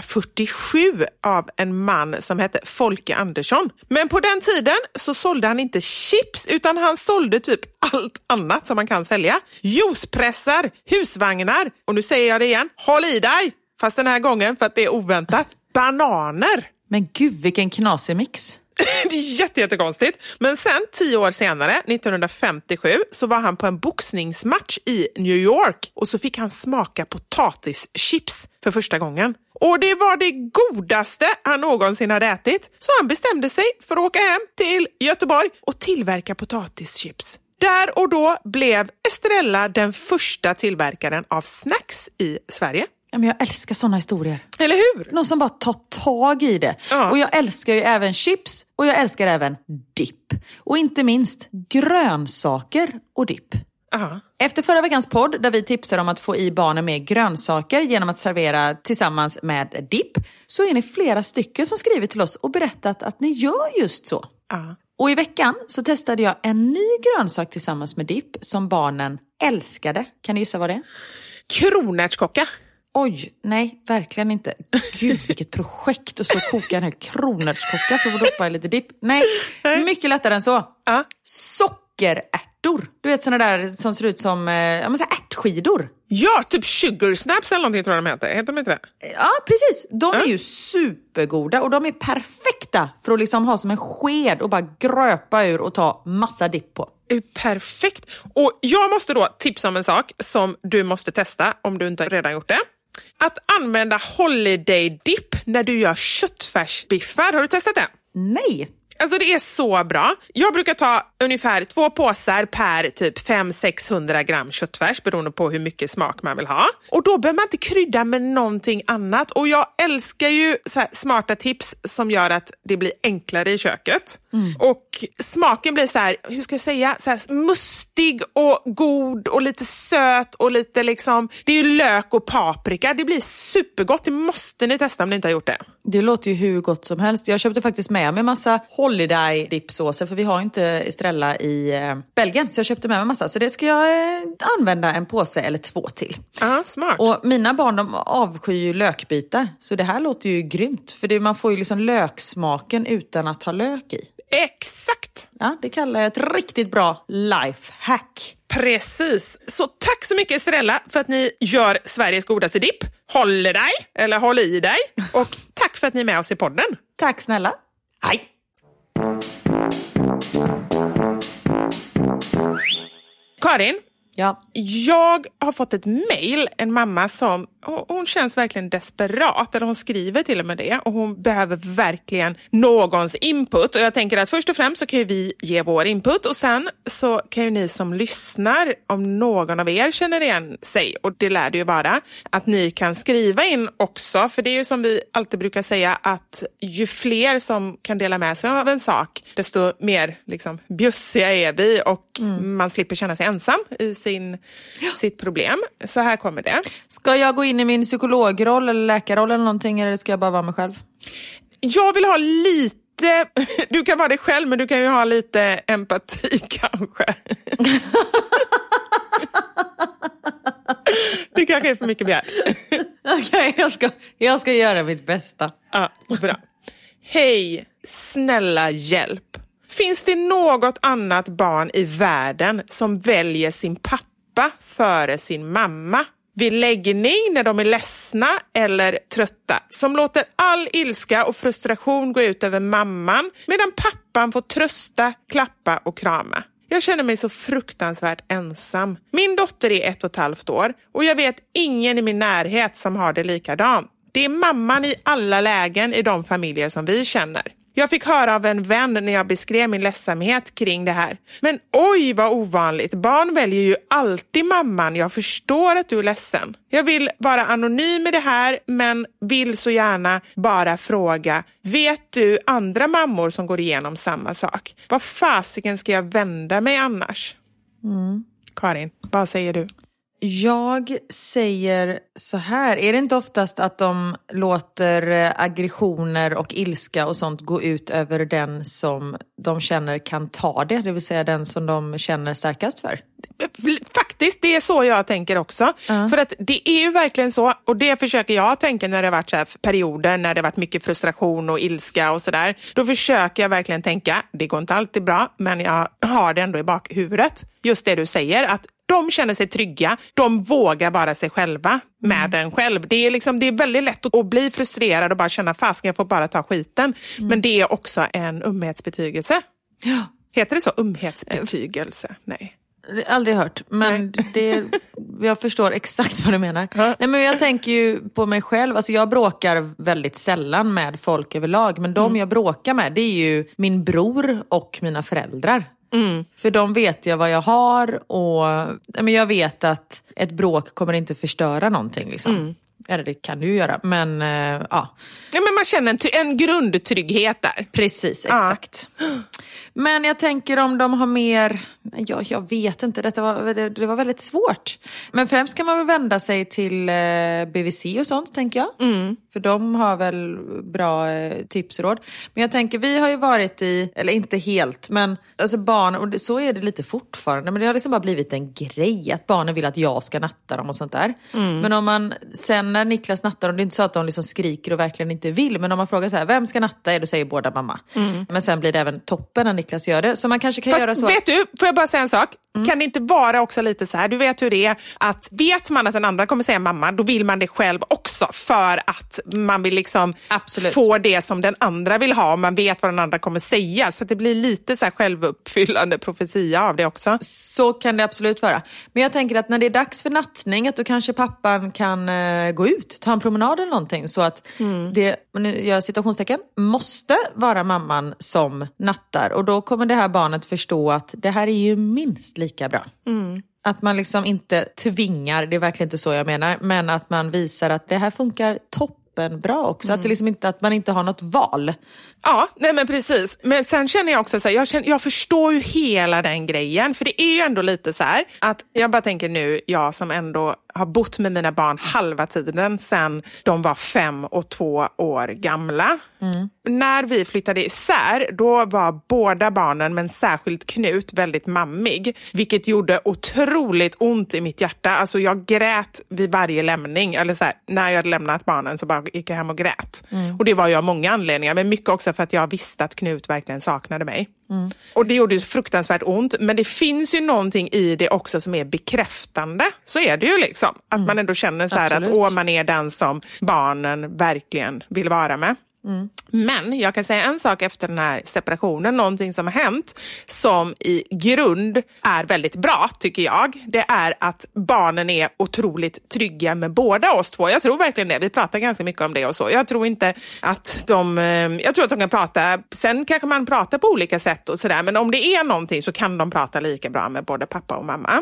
1947 av en man som hette Folke Andersson. Men på den tiden så sålde han inte chips, utan han sålde typ allt annat som man kan sälja. Juicepressar, husvagnar, och nu säger jag det igen, håll i dig! Fast den här gången för att det är oväntat. Bananer! Men gud, vilken knasig mix. Det är jättekonstigt. Men sen 10 år senare, 1957, så var han på en boxningsmatch i New York. Och så fick han smaka potatischips för första gången. Och det var det godaste han någonsin hade ätit. Så han bestämde sig för att åka hem till Göteborg och tillverka potatischips. Där och då blev Estrella den första tillverkaren av snacks i Sverige. Men jag älskar såna historier. Eller hur? Någon som bara tar tag i det. Ja. Och jag älskar ju även chips. Och jag älskar även dipp. Och inte minst grönsaker och dipp. Aha. Efter förra veckans podd där vi tipsar om att få i barnen mer grönsaker genom att servera tillsammans med dipp, så är ni flera stycken som skrivit till oss och berättat att ni gör just så. Aha. Och i veckan så testade jag en ny grönsak tillsammans med dipp som barnen älskade. Kan ni gissa vad det är? Kronärtskocka. Oj, nej, verkligen inte. Gud, vilket projekt att stå och koka en hel kronärtskocka för att droppa lite dipp. Nej, mycket lättare än så. Sockerärtor. Du vet såna där som ser ut som ärtskidor. Ja, typ sugar snaps eller någonting tror jag de heter. Heter de inte det? Ja, precis. De är ju supergoda och de är perfekta för att liksom ha som en sked och bara gröpa ur och ta massa dipp på. Perfekt. Och jag måste då tipsa om en sak som du måste testa om du inte redan gjort det. Att använda holiday dip när du gör köttfärsbiffar. Har du testat det? Nej. Alltså det är så bra. Jag brukar ta ungefär 2 påsar per typ 500-600 gram köttfärs beroende på hur mycket smak man vill ha. Och då behöver man inte krydda med någonting annat. Och jag älskar ju så här smarta tips som gör att det blir enklare i köket. Och smaken blir så här, hur ska jag säga, så här mustig och god och lite söt och lite liksom, det är ju lök och paprika. Det blir supergott, det måste ni testa om ni inte har gjort det. Det låter ju hur gott som helst. Jag köpte faktiskt med mig massa holiday dipsåser för vi har ju inte Estrella i Belgien. Så jag köpte med mig massa. Så det ska jag använda en påse eller 2 till. Ja, smart. Och mina barn, de avskyr ju lökbitar. Så det här låter ju grymt. För man får ju liksom löksmaken utan att ha lök i. Exakt! Ja, det kallar jag ett riktigt bra lifehack. Precis. Så tack så mycket Estrella för att ni gör Sveriges godaste dipp. Håll dig, eller håll i dig. Och tack för att ni är med oss i podden. Tack snälla. Hej! Karin? Ja. Jag har fått ett mejl, en mamma som hon känns verkligen desperat, eller hon skriver till och med det, och hon behöver verkligen någons input. Och jag tänker att först och främst så kan ju vi ge vår input, och sen så kan ju ni som lyssnar, om någon av er känner igen sig, och det lär det ju vara, att ni kan skriva in också, för det är ju som vi alltid brukar säga, att ju fler som kan dela med sig av en sak, desto mer liksom bjussiga är vi, och man slipper känna sig ensam i sitt problem. Så här kommer det. Ska jag gå in i min psykologroll eller läkarroll eller någonting, eller ska jag bara vara mig själv? Jag vill ha lite, du kan vara dig själv, men du kan ju ha lite empati kanske. Det kanske är för mycket begärt. Okej, jag ska göra mitt bästa. Ja, bra. Hej, snälla hjälp. Finns det något annat barn i världen som väljer sin pappa före sin mamma vid läggning när de är ledsna eller trötta, som låter all ilska och frustration gå ut över mamman medan pappan får trösta, klappa och krama? Jag känner mig så fruktansvärt ensam. Min dotter är 1,5 år och jag vet ingen i min närhet som har det likadant. Det är mamman i alla lägen i de familjer som vi känner. Jag fick höra av en vän när jag beskrev min ledsamhet kring det här. Men oj vad ovanligt. Barn väljer ju alltid mamman. Jag förstår att du är ledsen. Jag vill vara anonym med det här, men vill så gärna bara fråga. Vet du andra mammor som går igenom samma sak? Vad fasiken ska jag vända mig annars? Karin, vad säger du? Jag säger så här, är det inte oftast att de låter aggressioner och ilska och sånt gå ut över den som de känner kan ta det, det vill säga den som de känner starkast för? Faktiskt, det är så jag tänker också. För att det är ju verkligen så, och det försöker jag tänka när det har varit så här perioder, när det har varit mycket frustration och ilska och sådär. Då försöker jag verkligen tänka, det går inte alltid bra, men jag har det ändå i bakhuvudet. Just det du säger, att de känner sig trygga, de vågar vara sig själva med den själv. Det är, liksom, det är väldigt lätt att bli frustrerad och bara känna fasken, jag får bara ta skiten. Men det är också en umhetsbetygelse. Ja. Heter det så? Umhetsbetygelse? Nej. Aldrig hört, men jag förstår exakt vad du menar. Nej, men jag tänker ju på mig själv. Alltså jag bråkar väldigt sällan med folk överlag, men de jag bråkar med, det är ju min bror och mina föräldrar. För de vet jag vad jag har, och men jag vet att ett bråk kommer inte förstöra någonting liksom. Eller det kan du göra, men ja. Ja, men man känner en grundtrygghet där. Precis, exakt. Men jag tänker om de har mer, jag vet inte, det var väldigt svårt. Men främst kan man väl vända sig till BVC och sånt, tänker jag. För de har väl bra tips och råd. Men jag tänker, vi har ju varit i, eller inte helt, men alltså barn, och så är det lite fortfarande, men det har liksom bara blivit en grej att barnen vill att jag ska natta dem och sånt där. Men om man, sen när Niklas nattar dem, det är inte så att de liksom skriker och verkligen inte vill, men om man frågar så här, vem ska natta? Då säger båda mamma. Men sen blir det även toppen när Niklas gör det, så man kanske kan göra så. Vet du, får jag bara säga en sak? Kan det inte vara också lite så här, du vet hur det är, att vet man att den andra kommer säga mamma, då vill man det själv också, för att man vill liksom få det som den andra vill ha, och man vet vad den andra kommer säga, så att det blir lite så här självuppfyllande profetia av det också. Så kan det absolut vara. Men jag tänker att när det är dags för nattning, att då kanske pappan kan gå ut, ta en promenad eller någonting, så att det, nu gör jag citationstecken, måste vara mamman som nattar, och då kommer det här barnet förstå att det här är ju minst lika bra. Att man liksom inte tvingar, det är verkligen inte så jag menar, men att man visar att det här funkar toppenbra också. Att det liksom inte, att man inte har något val. Ja, nej men precis. Men sen känner jag också så här, jag förstår ju hela den grejen. För det är ju ändå lite så här, att jag bara tänker nu, jag som ändå har bott med mina barn halva tiden sedan de var 5 och 2 år gamla. När vi flyttade isär, då var båda barnen, men särskilt Knut, väldigt mammig. Vilket gjorde otroligt ont i mitt hjärta. Alltså jag grät vid varje lämning. Eller så här, när jag hade lämnat barnen så bara gick jag hem och grät. Och det var ju av många anledningar, men mycket också för att jag visste att Knut verkligen saknade mig. Och det gjorde ju fruktansvärt ont. Men det finns ju någonting i det också som är bekräftande. Så är det ju liksom. Att man ändå känner så här att man är den som barnen verkligen vill vara med. Men jag kan säga en sak efter den här separationen, någonting som har hänt som i grund är väldigt bra tycker jag. Det är att barnen är otroligt trygga med båda oss två. Jag tror verkligen det. Vi pratar ganska mycket om det och så. Jag tror inte att jag tror att de kan prata, sen kanske man pratar på olika sätt och sådär, men om det är någonting så kan de prata lika bra med både pappa och mamma.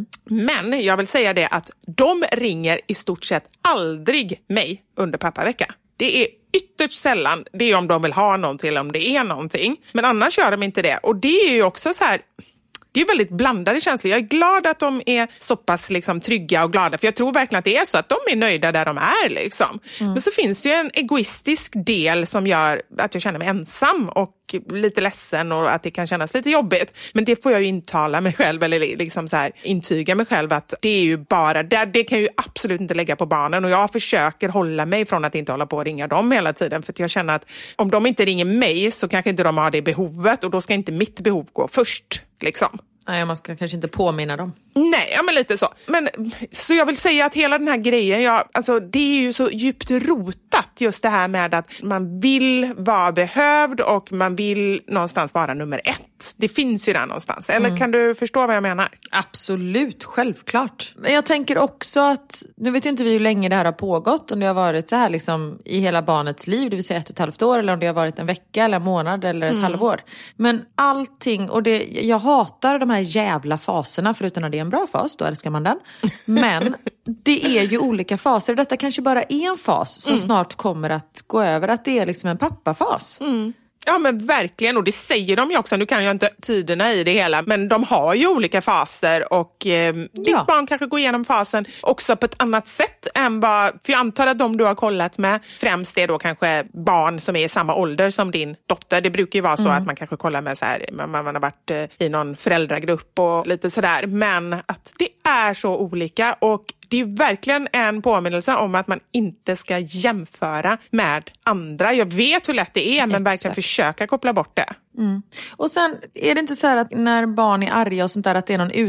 Men jag vill säga det att de ringer i stort sett aldrig mig under pappavecka. Det är ytterst sällan, det är om de vill ha någonting eller om det är någonting. Men annars gör de inte det. Och det är ju också så här, det är väldigt blandade känslor. Jag är glad att de är så pass liksom trygga och glada. För jag tror verkligen att det är så att de är nöjda där de är. Liksom. Men så finns det ju en egoistisk del som gör att jag känner mig ensam och lite ledsen och att det kan kännas lite jobbigt. Men det får jag ju intala mig själv eller liksom så här, intyga mig själv att det är ju bara, det kan jag ju absolut inte lägga på barnen. Och jag försöker hålla mig från att inte hålla på och ringa dem hela tiden. För att jag känner att om de inte ringer mig så kanske inte de har det behovet och då ska inte mitt behov gå först. Liksom. Nej, man ska kanske inte påminna dem. Nej, ja, men lite så. Men så jag vill säga att hela den här grejen, alltså det är ju så djupt rotat just det här med att man vill vara behövd och man vill någonstans vara nummer 1. Det finns ju där någonstans. Eller kan du förstå vad jag menar? Absolut, självklart. Men jag tänker också att, nu vet inte vi hur länge det här har pågått, om det har varit så här liksom i hela barnets liv, det vill säga 1,5 år, eller om det har varit en vecka eller en månad eller ett halvår. Men allting, och jag hatar de här jävla faserna, förutom att det är en bra fas, då älskar man den. Men det är ju olika faser. Detta kanske bara är en fas som snart kommer att gå över, att det är liksom en pappafas. Ja men verkligen, och det säger de ju också. Nu kan jag inte tiderna i det hela, men de har ju olika faser och ditt barn kanske går igenom fasen också på ett annat sätt än vad, för jag antar att de du har kollat med främst är då kanske barn som är i samma ålder som din dotter. Det brukar ju vara så att man kanske kollar med så här, man har varit i någon föräldragrupp och lite sådär, men att det är så olika och det är verkligen en påminnelse om att man inte ska jämföra med andra. Jag vet hur lätt det är, men verkligen försöka koppla bort det. Och sen är det inte så här att när barn är arga och sånt där att det är någon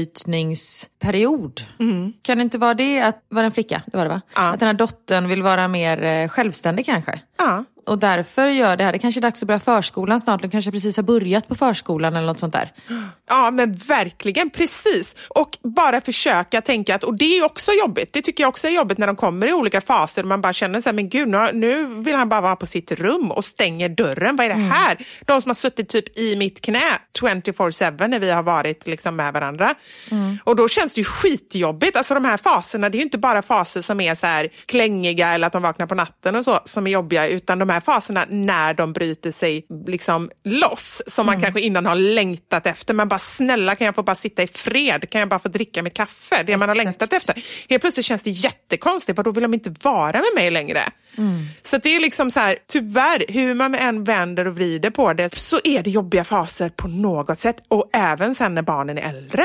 utbrytningsperiod. Kan det inte vara det att vara en flicka? Det var det va? Att den här dottern vill vara mer självständig kanske? Ja. Och därför gör det här. Det kanske är dags att börja förskolan snart. De kanske precis har börjat på förskolan eller något sånt där. Ja, men verkligen, precis. Och bara försöka tänka att, och det är också jobbigt. Det tycker jag också är jobbigt när de kommer i olika faser. Man bara känner så här, men gud, nu vill han bara vara på sitt rum och stänger dörren. Vad är det här? De som har suttit typ i mitt knä 24/7 när vi har varit liksom med varandra. Och då känns det ju skitjobbigt. Alltså de här faserna, det är ju inte bara faser som är så här klängiga eller att de vaknar på natten och så som är jobbiga, utan de här faserna när de bryter sig liksom loss som man kanske innan har längtat efter. Men bara snälla, kan jag få bara sitta i fred? Kan jag bara få dricka mitt kaffe? Det man har längtat efter. Helt plötsligt känns det jättekonstigt, för då vill de inte vara med mig längre. Så det är liksom så här, tyvärr, hur man än vänder och vrider på det så är det jobbiga faser på något sätt. Och även sen när barnen är äldre.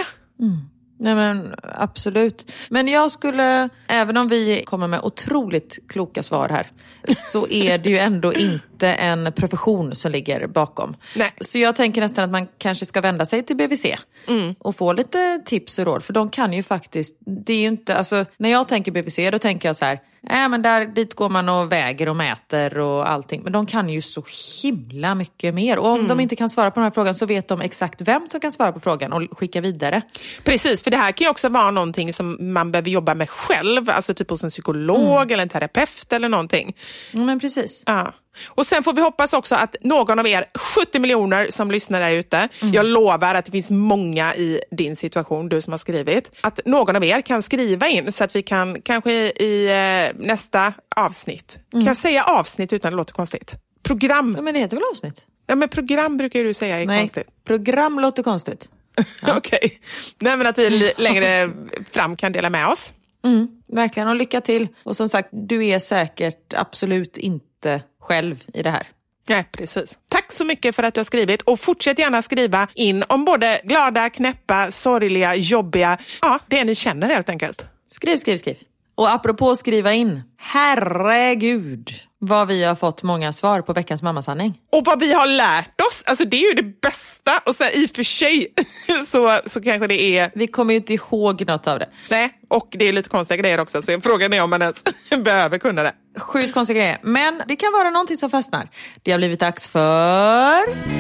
Nej men absolut. Men jag skulle, även om vi kommer med otroligt kloka svar här, så är det ju ändå inte en profession som ligger bakom. Nej. Så jag tänker nästan att man kanske ska vända sig till BVC och få lite tips och råd. För de kan ju faktiskt, det är ju inte, alltså när jag tänker BVC då tänker jag så här, men dit går man och väger och mäter och allting. Men de kan ju så himla mycket mer. Och om de inte kan svara på den här frågan så vet de exakt vem som kan svara på frågan och skicka vidare. Precis, för det här kan ju också vara någonting som man behöver jobba med själv. Alltså typ hos en psykolog eller en terapeut eller någonting. Men precis. Ja. Och sen får vi hoppas också att någon av er 70 miljoner som lyssnar där ute, jag lovar att det finns många i din situation, du som har skrivit, att någon av er kan skriva in så att vi kan kanske i nästa avsnitt, kan jag säga avsnitt utan det låter konstigt? Program. Ja, men det heter väl avsnitt? Ja, men program brukar du säga är konstigt. Program låter konstigt. Ja. Okej. Nej, men att vi längre fram kan dela med oss. Verkligen, och lycka till. Och som sagt, du är säkert absolut inte själv i det här. Nej, precis. Tack så mycket för att du har skrivit. Och fortsätt gärna skriva in om både glada, knäppa, sorgliga, jobbiga. Ja, det ni känner helt enkelt. Skriv. Och apropå skriva in, herregud vad vi har fått många svar på veckans mammasanning. Och vad vi har lärt oss, alltså det är ju det bästa. Och så här, i och för sig så kanske det är... Vi kommer ju inte ihåg något av det. Nej, och det är lite konstiga grejer också. Så frågan är om man ens behöver kunna det. Sjukt konstiga grejer. Men det kan vara någonting som fastnar. Det har blivit dags för...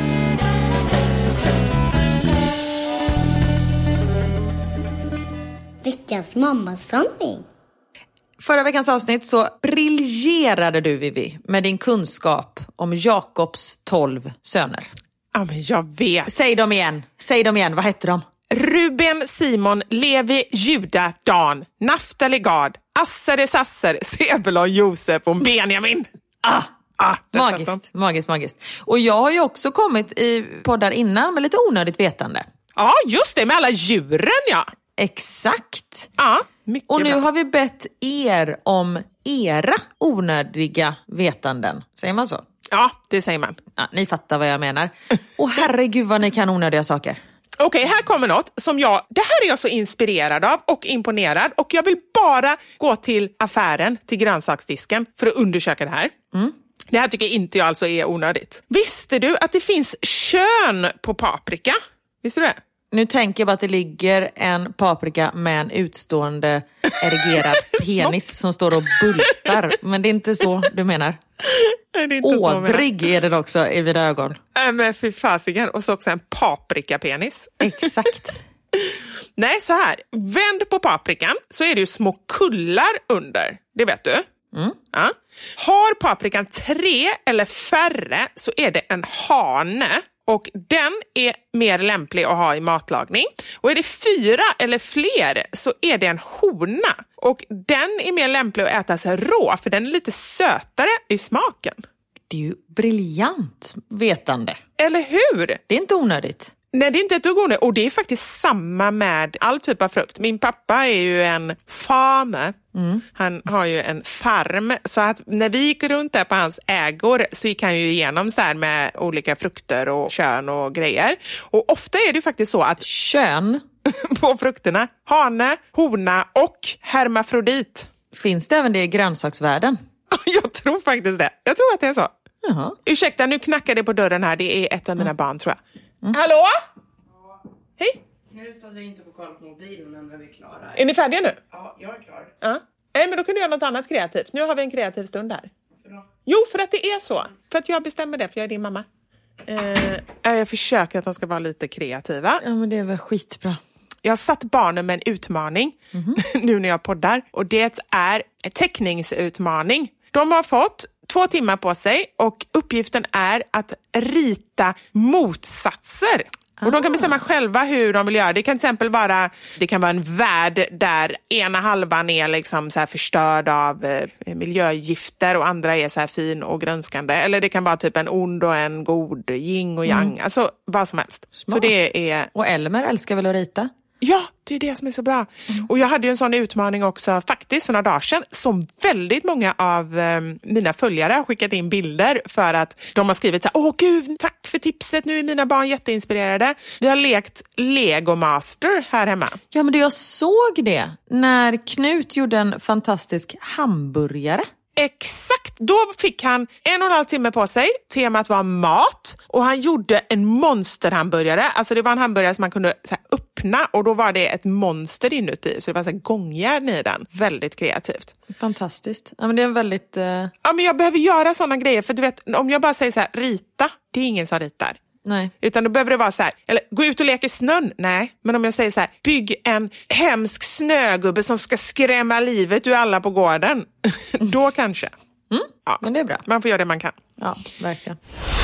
Veckans mammasanning. Förra veckans avsnitt så briljerade du, Vivi, med din kunskap om Jakobs 12 söner. Ja, men jag vet. Säg dem igen, vad hette de? Ruben, Simon, Levi, Juda, Dan, Naftali, Gad, Asser, Sasser, Sebulon, Josef och Benjamin. Magiskt. Och jag har ju också kommit i poddar innan med lite onödigt vetande. Ja, just det, med alla djuren, ja. Exakt. Ja, mycket och nu bra. har vi bett er om era onödiga vetanden. Säger man så? Ja, det säger man. Ja, ni fattar vad jag menar. Och herregud vad ni kan onödiga saker. Okej, här kommer något som det här är jag så inspirerad av och imponerad. Och jag vill bara gå till affären, till grönsaksdisken, för att undersöka det här. Det här tycker inte jag alltså är onödigt. Visste du att det finns kön på paprika? Visste du det? Nu tänker jag bara att det ligger en paprika med en utstående erigerad penis som står och bultar. Men det är inte så du menar. Nej, det är inte ådrig är den också i mina ögon. Men fy fasiken. Och så också en paprikapenis. Exakt. Nej, så här. Vänd på paprikan så är det ju små kullar under. Det vet du. Ja. Har paprikan 3 eller färre så är det en hane. Och den är mer lämplig att ha i matlagning. Och är det 4 eller fler så är det en hona. Och den är mer lämplig att äta sig rå, för den är lite sötare i smaken. Det är ju briljant vetande. Eller hur? Det är inte onödigt. Nej, det är inte ett dugg onödigt. Och det är faktiskt samma med all typ av frukt. Min pappa är ju en farmer. Han har ju en farm. Så att när vi gick runt där på hans ägor så gick han ju igenom så här med olika frukter och kön och grejer. Och ofta är det ju faktiskt så att kön på frukterna, hane, hona och hermafrodit. Finns det även det i grönsaksvärlden? Jag tror faktiskt det. Jag tror att det är så. Jaha. Ursäkta, nu knackar det på dörren här. Det är ett av mina barn, tror jag. Hallå? Ja. Hej. Nu så att jag inte får kolla på mobilen när vi är klara. Är ni färdiga nu? Ja, jag är klar. Ja. Nej, men då kan du göra något annat kreativt. Nu har vi en kreativ stund här. Varför då? Jo, för att det är så. För att jag bestämmer det, för jag är din mamma. Jag försöker att de ska vara lite kreativa. Ja, men det är väl skitbra. Jag har satt barnen med en utmaning nu när jag poddar. Och det är en teckningsutmaning. De har fått 2 timmar på sig och uppgiften är att rita motsatser. Och de kan bestämma själva hur de vill göra. Det kan till exempel vara en värld där ena halvan är liksom så här förstörd av miljögifter och andra är så här fin och grönskande. Eller det kan vara typ en ond och en god, yin och yang. Alltså vad som helst. Smart. Så det är... Och Elmer älskar väl att rita? Ja, det är det som är så bra. Och jag hade ju en sån utmaning också faktiskt för några dagar sedan som väldigt många av mina följare har skickat in bilder för att de har skrivit så här: åh gud, tack för tipset, nu är mina barn jätteinspirerade. Vi har lekt Lego Master här hemma. Ja, men jag såg det när Knut gjorde en fantastisk hamburgare. Exakt, då fick han 1,5 timme på sig. Temat var mat och han gjorde en monsterhamburgare. Alltså det var en hamburgare som man kunde så här öppna och då var det ett monster inuti. Så det var så här gångjärn i den. Väldigt kreativt. Fantastiskt. Ja, men det är en väldigt... Ja, men jag behöver göra sådana grejer. För du vet, om jag bara säger så här, rita, det är ingen som ritar. Nej. Utan då behöver det vara så här, eller gå ut och leka i snön. Nej, men om jag säger så här, bygg en hemsk snögubbe som ska skrämma livet ur alla på gården. Då kanske. Ja, men det är bra. Man får göra det man kan. Ja, verkligen.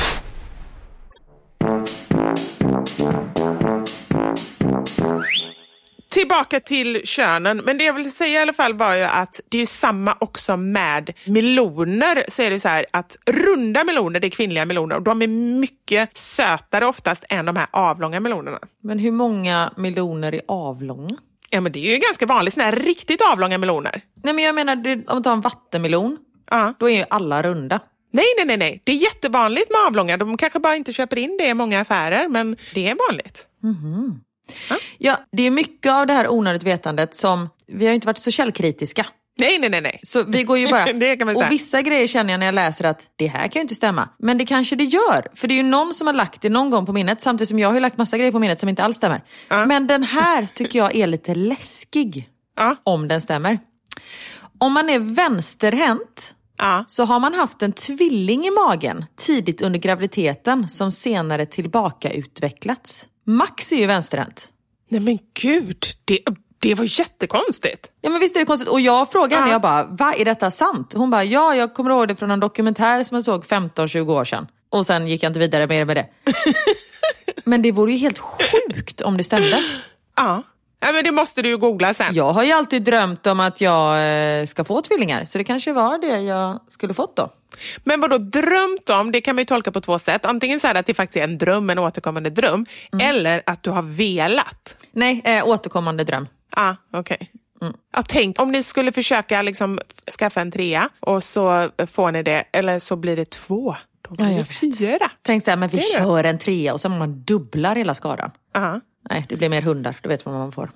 Tillbaka till könen, men det jag vill säga i alla fall var ju att det är samma också med meloner. Så är det så här att runda meloner, det är kvinnliga meloner och de är mycket sötare oftast än de här avlånga melonerna. Men hur många meloner är avlånga? Ja, men det är ju ganska vanligt, såna här riktigt avlånga meloner. Nej, men jag menar, om man tar en vattenmelon, då är ju alla runda. Nej. Det är jättevanligt med avlånga. De kanske bara inte köper in det i många affärer, men det är vanligt. Ja, det är mycket av det här onödigt vetandet som vi har inte varit så källkritiska. Nej. Så vi går ju bara... Det kan man säga. Och vissa grejer känner jag när jag läser att det här kan ju inte stämma. Men det kanske det gör. För det är ju någon som har lagt det någon gång på minnet. Samtidigt som jag har lagt massa grejer på minnet som inte alls stämmer. Men den här tycker jag är lite läskig. Om den stämmer. Om man är vänsterhänt så har man haft en tvilling i magen tidigt under graviditeten som senare tillbaka utvecklats. Max är ju vänsterhänt. Nej men gud, det var jättekonstigt. Ja men visst är det konstigt. Och jag frågade henne, jag bara, vad är detta sant? Hon bara, ja jag kommer ihåg det från en dokumentär som jag såg 15-20 år sedan. Och sen gick jag inte vidare mer med det. Men det vore ju helt sjukt om det stämde. Ja, men det måste du ju googla sen. Jag har ju alltid drömt om att jag ska få tvillingar. Så det kanske var det jag skulle fått då. Men vad då drömt om, det kan man ju tolka på två sätt. Antingen så här att det faktiskt är en dröm, en återkommande dröm. Eller att du har velat. Nej, återkommande dröm. Okej. Ja, tänk om ni skulle försöka liksom skaffa en 3 och så får ni det, eller så blir det 2. Då blir det 4. Tänk så här, men vi kör en 3 och sen man dubblar hela skaran. Nej, det blir mer hundar, då vet man vad man får.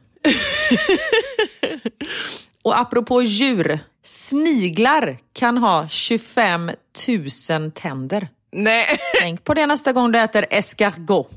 Och apropå djur, sniglar kan ha 25 000 tänder. Nej. Tänk på det nästa gång du äter escargot.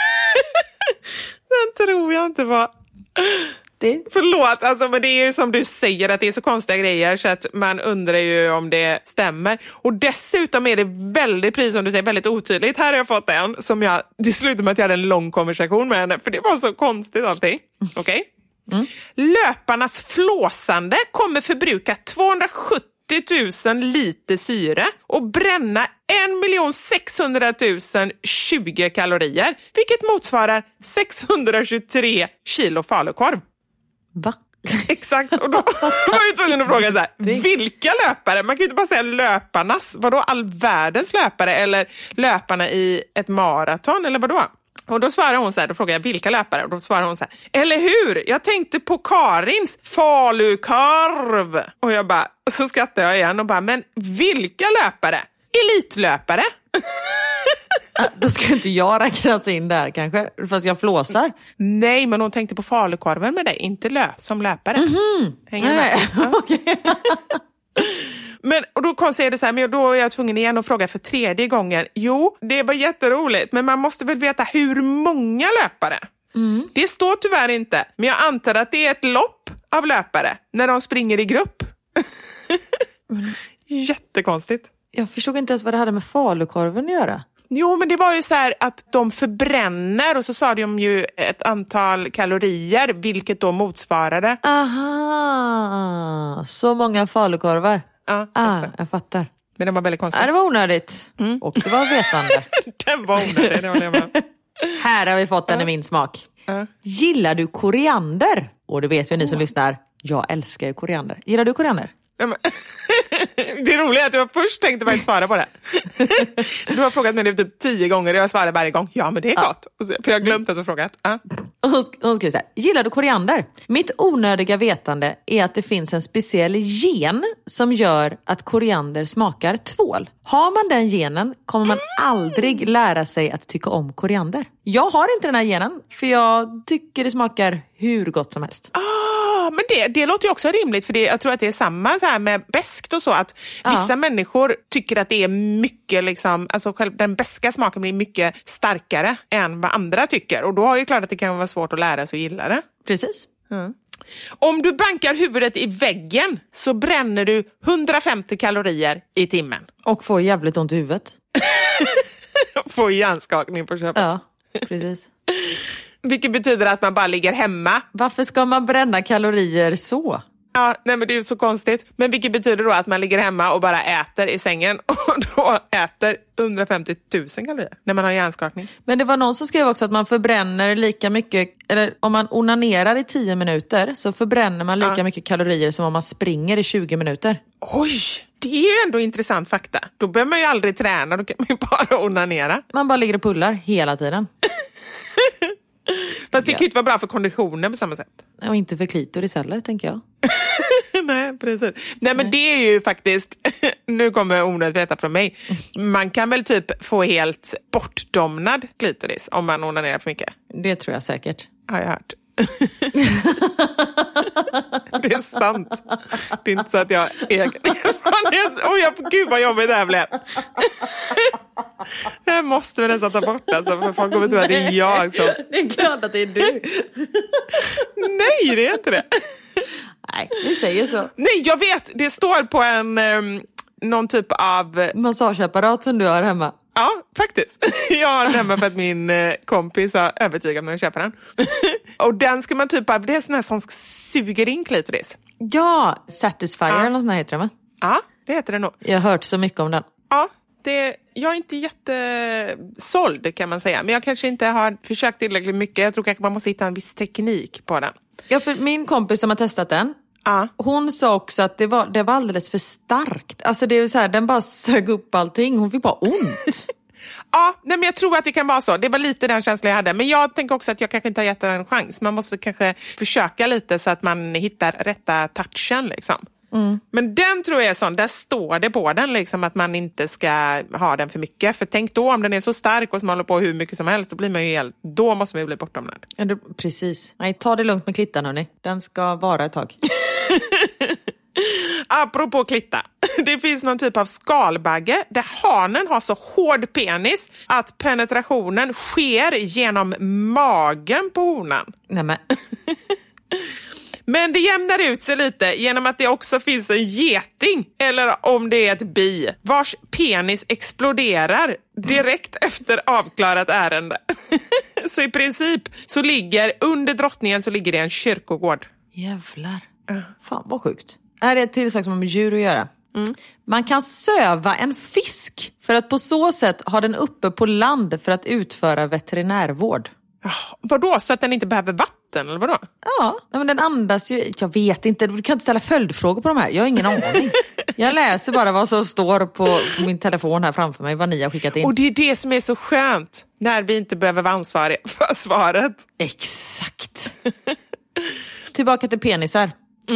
Den tror jag inte var... Förlåt, alltså, men det är ju som du säger att det är så konstiga grejer så att man undrar ju om det stämmer. Och dessutom är det väldigt, precis som du säger, väldigt otydligt. Här har jag fått en som det slutade med att jag hade en lång konversation med henne, för det var så konstigt alltid. Okej? Löparnas flåsande kommer förbruka 270 000 liter syre och bränna 1 600 000 20 kalorier, vilket motsvarar 623 kilo falukorv. Va? Exakt, och då var jag tvungen att fråga så här, vilka löpare? Man kan ju inte bara säga löparnas, vadå all världens löpare eller löparna i ett maraton eller vadå? Och då svarar hon så här, då frågar jag vilka löpare, och då svarar hon så här, eller hur? Jag tänkte på Karins falukorv. Och jag bara, så skrattar jag igen och bara, men vilka löpare? Elitlöpare? Då ska inte jag räknas in där kanske, fast jag flåsar. Nej, men hon tänkte på falukorven med dig, inte som löpare. Hänger med? Okej. Men och då säger det så här, men då är jag tvungen igen att fråga för 3:e gången. Jo, det var jätteroligt, men man måste väl veta hur många löpare. Det står tyvärr inte, men jag antar att det är ett lopp av löpare när de springer i grupp. Jättekonstigt. Jag förstod inte ens vad det hade med falukorven att göra. Jo, men det var ju så här att de förbränner och så sa de ju ett antal kalorier, vilket då motsvarade. Aha, så många falukorvar. Ja, jag fattar. Men det var väldigt konstigt. Det var onödigt. Och det var vetande. Den var onödig, det var det med. Här har vi fått den i min smak. Gillar du koriander? Och det vet ju ni som lyssnar. Jag älskar ju koriander. Gillar du koriander? Det är roligt att du först tänkte bara svara på det. Du har frågat mig det typ 10 gånger och jag svarar varje gång. Ja, men det är gott. För jag har glömt att du har frågat. Hon skriver så här. Gillar du koriander? Mitt onödiga vetande är att det finns en speciell gen som gör att koriander smakar tvål. Har man den genen kommer man aldrig lära sig att tycka om koriander. Jag har inte den här genen för jag tycker det smakar hur gott som helst. Men det låter ju också rimligt, för jag tror att det är samma så här med beskt och så, att vissa människor tycker att det är mycket liksom, alltså själv den beska smaken blir mycket starkare än vad andra tycker, och då är det klart att det kan vara svårt att lära sig att gilla det. Precis. Om du bankar huvudet i väggen så bränner du 150 kalorier i timmen. Och får jävligt ont i huvudet. Får hjärnskakning på köpet. Ja, precis. Vilket betyder att man bara ligger hemma. Varför ska man bränna kalorier så? Ja, nej, men det är ju så konstigt. Men vilket betyder då att man ligger hemma och bara äter i sängen och då äter 150 000 kalorier när man har hjärnskakning. Men det var någon som skrev också att man förbränner lika mycket, eller om man onanerar i 10 minuter så förbränner man lika mycket kalorier som om man springer i 20 minuter. Oj, det är ju ändå intressant fakta. Då behöver man ju aldrig träna, då kan man ju bara onanera. Man bara ligger och pullar hela tiden. Fast det kan ju inte vara bra för konditionen på samma sätt. Och inte för klitoris heller, tänker jag. Nej, precis. Nej, men det är ju faktiskt, nu kommer onödigt veta från mig. Man kan väl typ få helt bortdomnad klitoris om man onanerar för mycket. Det tror jag säkert. Har jag hört. Det är sant. Det är inte så att jag har egen erfarenhet. Gud vad jobbigt det här blev. Det här måste vi nästan ta bort alltså, för folk kommer tro att det är jag som... Det är klart att det är du. Nej, det är inte det. Nej, vi säger så. Nej, jag vet. Det står på någon typ av... massageapparat som du har hemma. Ja, faktiskt. Jag har den hemma för att min kompis har övertygat mig att köpa den. Och den ska man typ av... Det är sån här som suger in klitoris. Ja, Satisfyer eller något sånt heter det, va? Ja, det heter det nog. Jag har hört så mycket om den. Ja, jag är inte jättesåld kan man säga. Men jag kanske inte har försökt tillräckligt mycket. Jag tror kanske man måste hitta en viss teknik på den. Ja, för min kompis som har testat den, hon sa också att det var alldeles för starkt. Alltså det är så här, den bara sög upp allting. Hon fick bara ont. Ja, nej, men jag tror att det kan vara så. Det var lite den känslan jag hade. Men jag tänker också att jag kanske inte har gett den en chans. Man måste kanske försöka lite så att man hittar rätta touchen liksom. Men den tror jag är sån, där står det på den liksom att man inte ska ha den för mycket. För tänk då om den är så stark och som håller på hur mycket som helst, så blir man ju helt, då måste man ju bli bortom den. Ja, precis. Nej, ta det lugnt med klittan hörni. Den ska vara ett tag. Apropå klitta. Det finns någon typ av skalbagge där hanen har så hård penis att penetrationen sker genom magen på honan. Nämen. Men det jämnar ut sig lite genom att det också finns en geting, eller om det är ett bi, vars penis exploderar direkt efter avklarat ärende. Så i princip så ligger under drottningen så ligger det en kyrkogård. Jävlar. Fan vad sjukt. Här är ett till sak som har med djur att göra. Man kan söva en fisk för att på så sätt ha den uppe på land för att utföra veterinärvård. Vadå? Så att den inte behöver vatten, eller vadå? Ja, men den andas ju... Jag vet inte, du kan inte ställa följdfrågor på de här. Jag har ingen aning. Jag läser bara vad som står på min telefon här framför mig, vad ni har skickat in. Och det är det som är så skönt, när vi inte behöver vara ansvariga för svaret. Exakt. Tillbaka till penisar.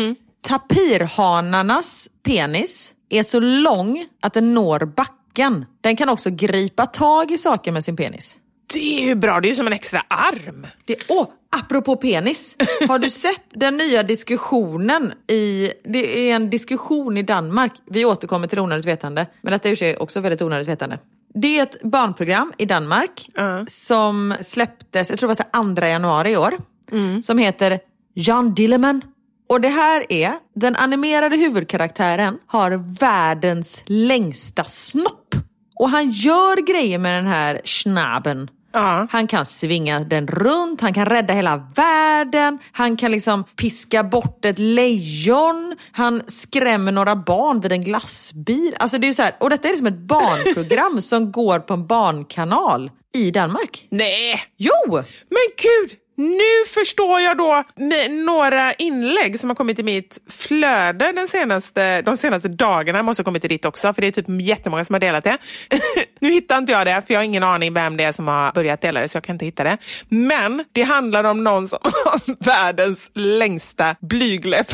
Tapirhanarnas penis är så lång att den når backen. Den kan också gripa tag i saker med sin penis. Det är ju bra, det är ju som en extra arm. Apropå penis. Har du sett den nya diskussionen det är en diskussion i Danmark. Vi återkommer till onödigt vetande, men detta är ju också väldigt onödigt vetande. Det är ett barnprogram i Danmark som släpptes, jag tror det var 2 januari i år, som heter Jan Dilleman. Och det här är, den animerade huvudkaraktären har världens längsta snopp. Och han gör grejer med den här snabben. Han kan svinga den runt, han kan rädda hela världen, han kan liksom piska bort ett lejon, han skrämmer några barn vid en glassbil. Alltså det är ju så här, och detta är liksom ett barnprogram som går på en barnkanal i Danmark. Nej! Jo! Men gud! Nu förstår jag då med några inlägg som har kommit i mitt flöde de senaste dagarna. Måste ha kommit till ditt också, för det är typ jättemånga som har delat det. Nu hittar inte jag det, för jag har ingen aning vem det är som har börjat dela det, så jag kan inte hitta det. Men det handlar om någon som har världens längsta blygläpp.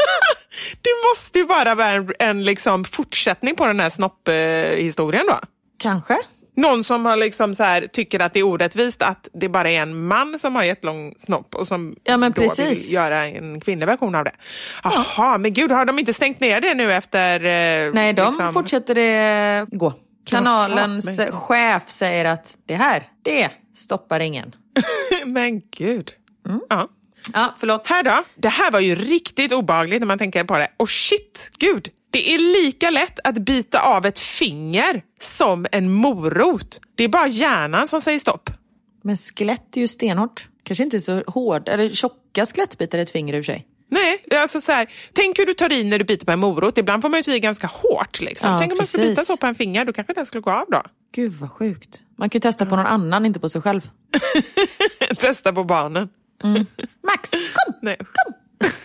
Det måste ju bara vara en liksom fortsättning på den här snopphistorien då. Kanske. Någon som har liksom så här, tycker att det är orättvist att det bara är en man som har jättelång snopp och som då vill göra en kvinnlig version av det. Jaha, men gud, har de inte stängt ner det nu efter... Nej, de fortsätter det gå. Kanalens chef säger att det stoppar ingen. Men gud. Ja, förlåt. Här då? Det här var ju riktigt obehagligt när man tänker på det. Och shit, gud. Det är lika lätt att bita av ett finger som en morot. Det är bara hjärnan som säger stopp. Men skelett är ju stenhårt. Kanske inte så hård. Eller tjocka skelettbitar i ett finger i och för sig. Nej, alltså så här. Tänk hur du tar i när du biter på en morot. Ibland får man ju ta i ganska hårt liksom. Ja, tänk om man ska bita så på en finger, då kanske den skulle gå av då. Gud vad sjukt. Man kan ju testa på någon annan, inte på sig själv. Testa på barnen. Max, kom! Nej. Kom!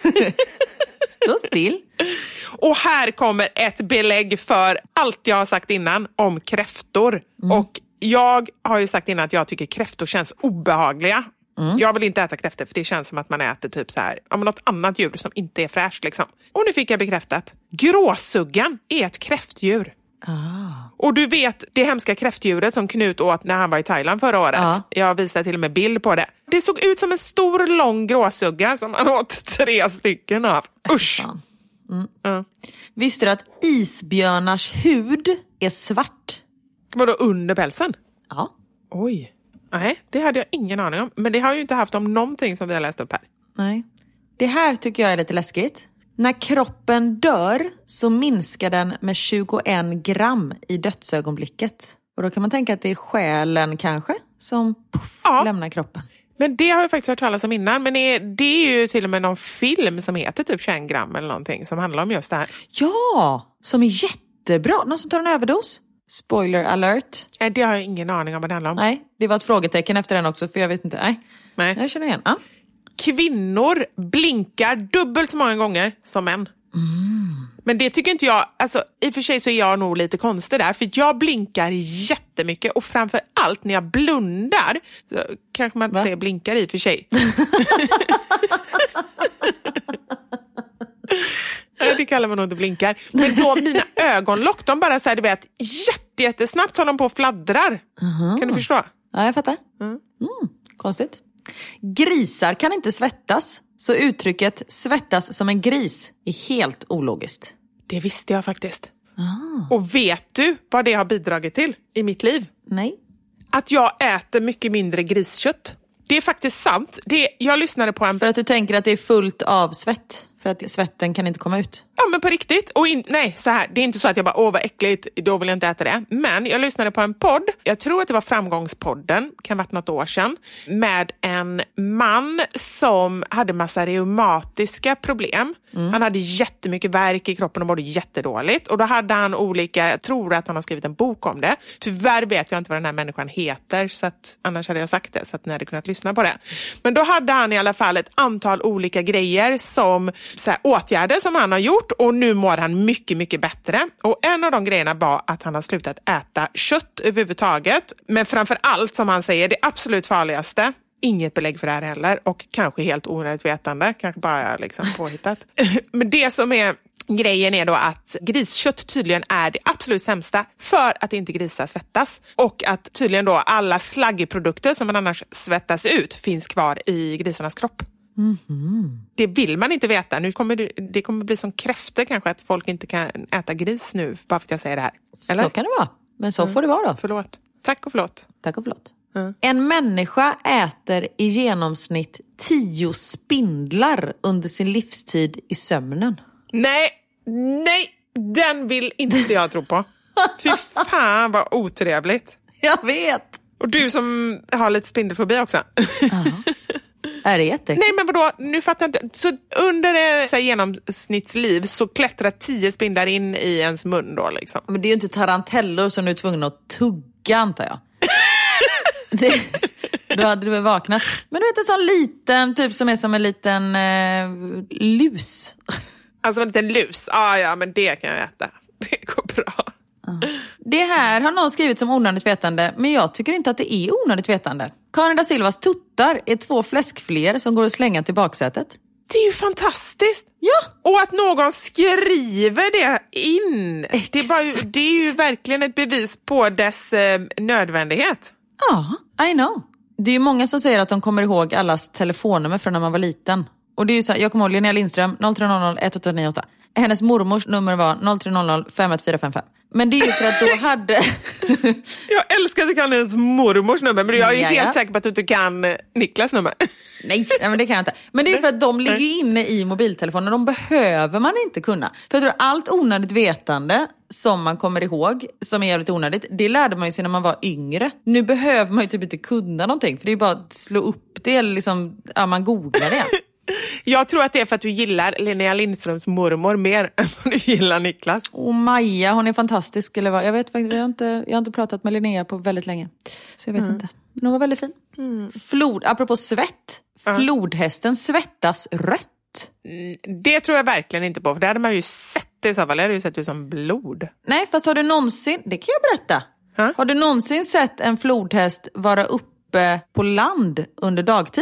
Stå still. Och här kommer ett belägg för allt jag har sagt innan om kräftor. Och jag har ju sagt innan att jag tycker kräftor känns obehagliga. Jag vill inte äta kräftor, för det känns som att man äter typ så här, något annat djur som inte är fräscht liksom. Och nu fick jag bekräftat. Gråsuggan är ett kräftdjur. Och du vet det hemska kräftdjuret som Knut åt när han var i Thailand förra året. Ja. Jag visade till och med bild på det. Det såg ut som en stor lång gråsugga som han åt 3 stycken av. Usch! Visste du att isbjörnars hud är svart? Vadå under pälsen? Ja. Oj. Nej, det hade jag ingen aning om. Men det har ju inte haft om någonting som vi har läst upp här. Nej. Det här tycker jag är lite läskigt. När kroppen dör så minskar den med 21 gram i dödsögonblicket. Och då kan man tänka att det är själen kanske som lämnar kroppen. Men det har jag faktiskt hört talas om innan. Men det är ju till och med någon film som heter typ 21 gram eller någonting som handlar om just det här. Ja, som är jättebra. Någon som tar en överdos. Spoiler alert. Nej, det har jag ingen aning om vad det handlar om. Nej, det var ett frågetecken efter den också för jag vet inte. Nej. Jag känner igen. Kvinnor blinkar dubbelt så många gånger som män. Men det tycker inte jag, alltså i och för sig så är jag nog lite konstig där, för jag blinkar jättemycket och framför allt när jag blundar, så kanske man inte säger blinkar i och för sig. Det kallar man nog inte blinkar. Men då mina ögonlock, de bara så här, du vet, jättesnabbt håller de på och fladdrar. Kan du förstå? Ja, jag fattar. Konstigt. Grisar kan inte svettas, så uttrycket svettas som en gris är helt ologiskt. Det visste jag faktiskt. Och vet du vad det har bidragit till i mitt liv? Nej. Att jag äter mycket mindre griskött. Det är faktiskt sant. Jag lyssnade på en... För att du tänker att det är fullt av svett? För att svetten kan inte komma ut? Ja, men på riktigt. Och nej, så här. Det är inte så att jag bara, vad äckligt, då vill jag inte äta det. Men jag lyssnade på en podd. Jag tror att det var Framgångspodden, kan ha varit något år sedan. Med en man som hade massa reumatiska problem. Han hade jättemycket värk i kroppen och mådde jättedåligt. Och då hade han olika, jag tror att han har skrivit en bok om det. Tyvärr vet jag inte vad den här människan heter. Så att, annars hade jag sagt det, så att ni hade kunnat lyssna på det. Men då hade han i alla fall ett antal olika grejer som så här, åtgärder som han har gjort, och nu mår han mycket, mycket bättre. Och en av de grejerna var att han har slutat äta kött överhuvudtaget. Men framför allt, som han säger, det absolut farligaste, inget belägg för det här heller, och kanske helt onödigt vetande, kanske bara liksom påhittat. Men det som är grejen är då att griskött tydligen är det absolut sämsta för att inte grisar svettas. Och att tydligen då alla slaggprodukter som man annars svettas ut finns kvar i grisarnas kropp. Det vill man inte veta. Nu kommer det kommer bli som kräftor kanske, att folk inte kan äta gris nu bara för att jag säger det här. Eller? Så kan det vara. Men så får det vara då. Förlåt. Tack och förlåt. Tack och förlåt. En människa äter i genomsnitt 10 spindlar under sin livstid i sömnen. Nej, den vill inte jag tro på. Fy fan vad otrevligt. Jag vet. Och du som har lite spindelfobi också. Är det jätteäckligt? Nej, men vadå? Nu fattar jag inte. Så under ett genomsnittsliv så klättrar 10 spindlar in i ens mun då liksom. Men det är ju inte tarantellor som du är tvungen att tugga, antar jag. Då hade du väl vaknat. Men du vet, en sån liten, typ som är som en liten lus. Alltså en liten lus. Ja, men det kan jag äta. Det går bra. Det här har någon skrivit som onödigt vetande, men jag tycker inte att det är onödigt vetande. Karin da Silvas tuttar är 2 fläskfiléer som går att slänga till baksätet. Det är ju fantastiskt. Ja. Och att någon skriver det in. Det är ju verkligen ett bevis på dess nödvändighet. Ja, I know. Det är ju många som säger att de kommer ihåg allas telefonnummer från när man var liten. Och det är ju så här, jag kommer ihåg Linnea Lindström 0300 18898. Hennes mormors nummer var 0300 51455. Men det är ju för att då hade... Jag älskar att du kan hennes mormors nummer, men jag är helt säker på att du inte kan Niklas nummer. Nej, men det kan jag inte. Men det är för att de ligger ju inne i mobiltelefonen. De behöver man inte kunna. För jag tror allt onödigt vetande som man kommer ihåg, som är jävligt onödigt, det lärde man ju sig när man var yngre. Nu behöver man ju typ inte kunna någonting. För det är bara att slå upp det eller liksom, man googlar det. Jag tror att det är för att du gillar Linnea Lindströms mormor mer än vad du gillar Niklas. Och Maja, hon är fantastisk, eller vad? Jag vet faktiskt, jag har inte pratat med Linnea på väldigt länge. Så jag vet inte. Men hon var väldigt fin. Apropå svett. Flodhästen svettas rött. Det tror jag verkligen inte på, för det hade man ju sett det, så hade ju sett ut som blod. Nej, fast har du någonsin, det kan jag berätta. Har du någonsin sett en flodhäst vara uppe på land under dagtid?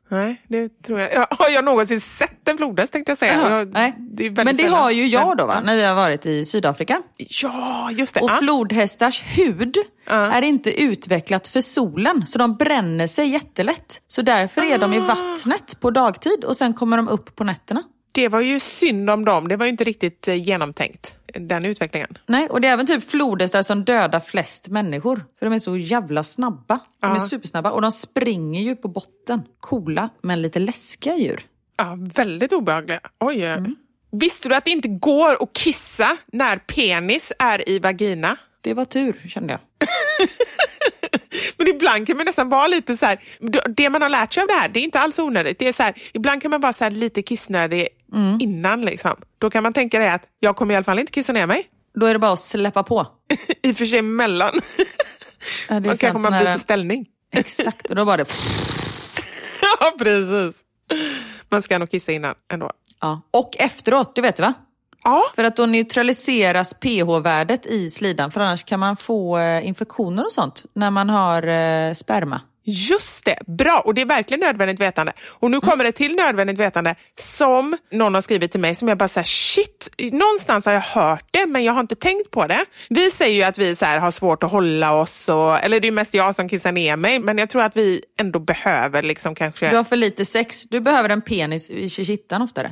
Nej, det tror jag. Har jag någonsin sett en flodhäst, tänkte jag säga. Nej. Men det har ju jag då, va? När vi har varit i Sydafrika. Ja, just det. Och flodhästars hud är inte utvecklat för solen. Så de bränner sig jättelätt. Så därför är de i vattnet på dagtid. Och sen kommer de upp på nätterna. Det var ju synd om dem. Det var ju inte riktigt genomtänkt, den utvecklingen. Nej, och det är även typ flodhästar som dödar flest människor. För de är så jävla snabba. De är supersnabba och de springer ju på botten. Coola, men lite läskiga djur. Ja, väldigt obehagliga. Oj. Visste du att det inte går att kissa när penis är i vagina? Det var tur, kände jag. Men ibland kan man nästan vara lite så här, det man har lärt sig av det här, det är inte alls onödigt. Det är så här, ibland kan man vara så här lite kissnödig innan liksom. Då kan man tänka det att jag kommer i alla fall inte kissa ner mig. Då är det bara att släppa på. I och för sig mellan. Ja, man kanske man byter ställning. Exakt, och då var det... Ja, precis. Man ska nog kissa innan ändå. Ja. Och efteråt, det vet du va? Ja. För att då neutraliseras pH-värdet i slidan. För annars kan man få infektioner och sånt när man har sperma. Just det, bra. Och det är verkligen nödvändigt vetande. Och nu kommer det till nödvändigt vetande som någon har skrivit till mig som jag bara säger shit, någonstans har jag hört det men jag har inte tänkt på det. Vi säger ju att vi så här har svårt att hålla oss eller det är mest jag som kissar ner mig, men jag tror att vi ändå behöver liksom kanske... Du har för lite sex, du behöver en penis i kittan oftare.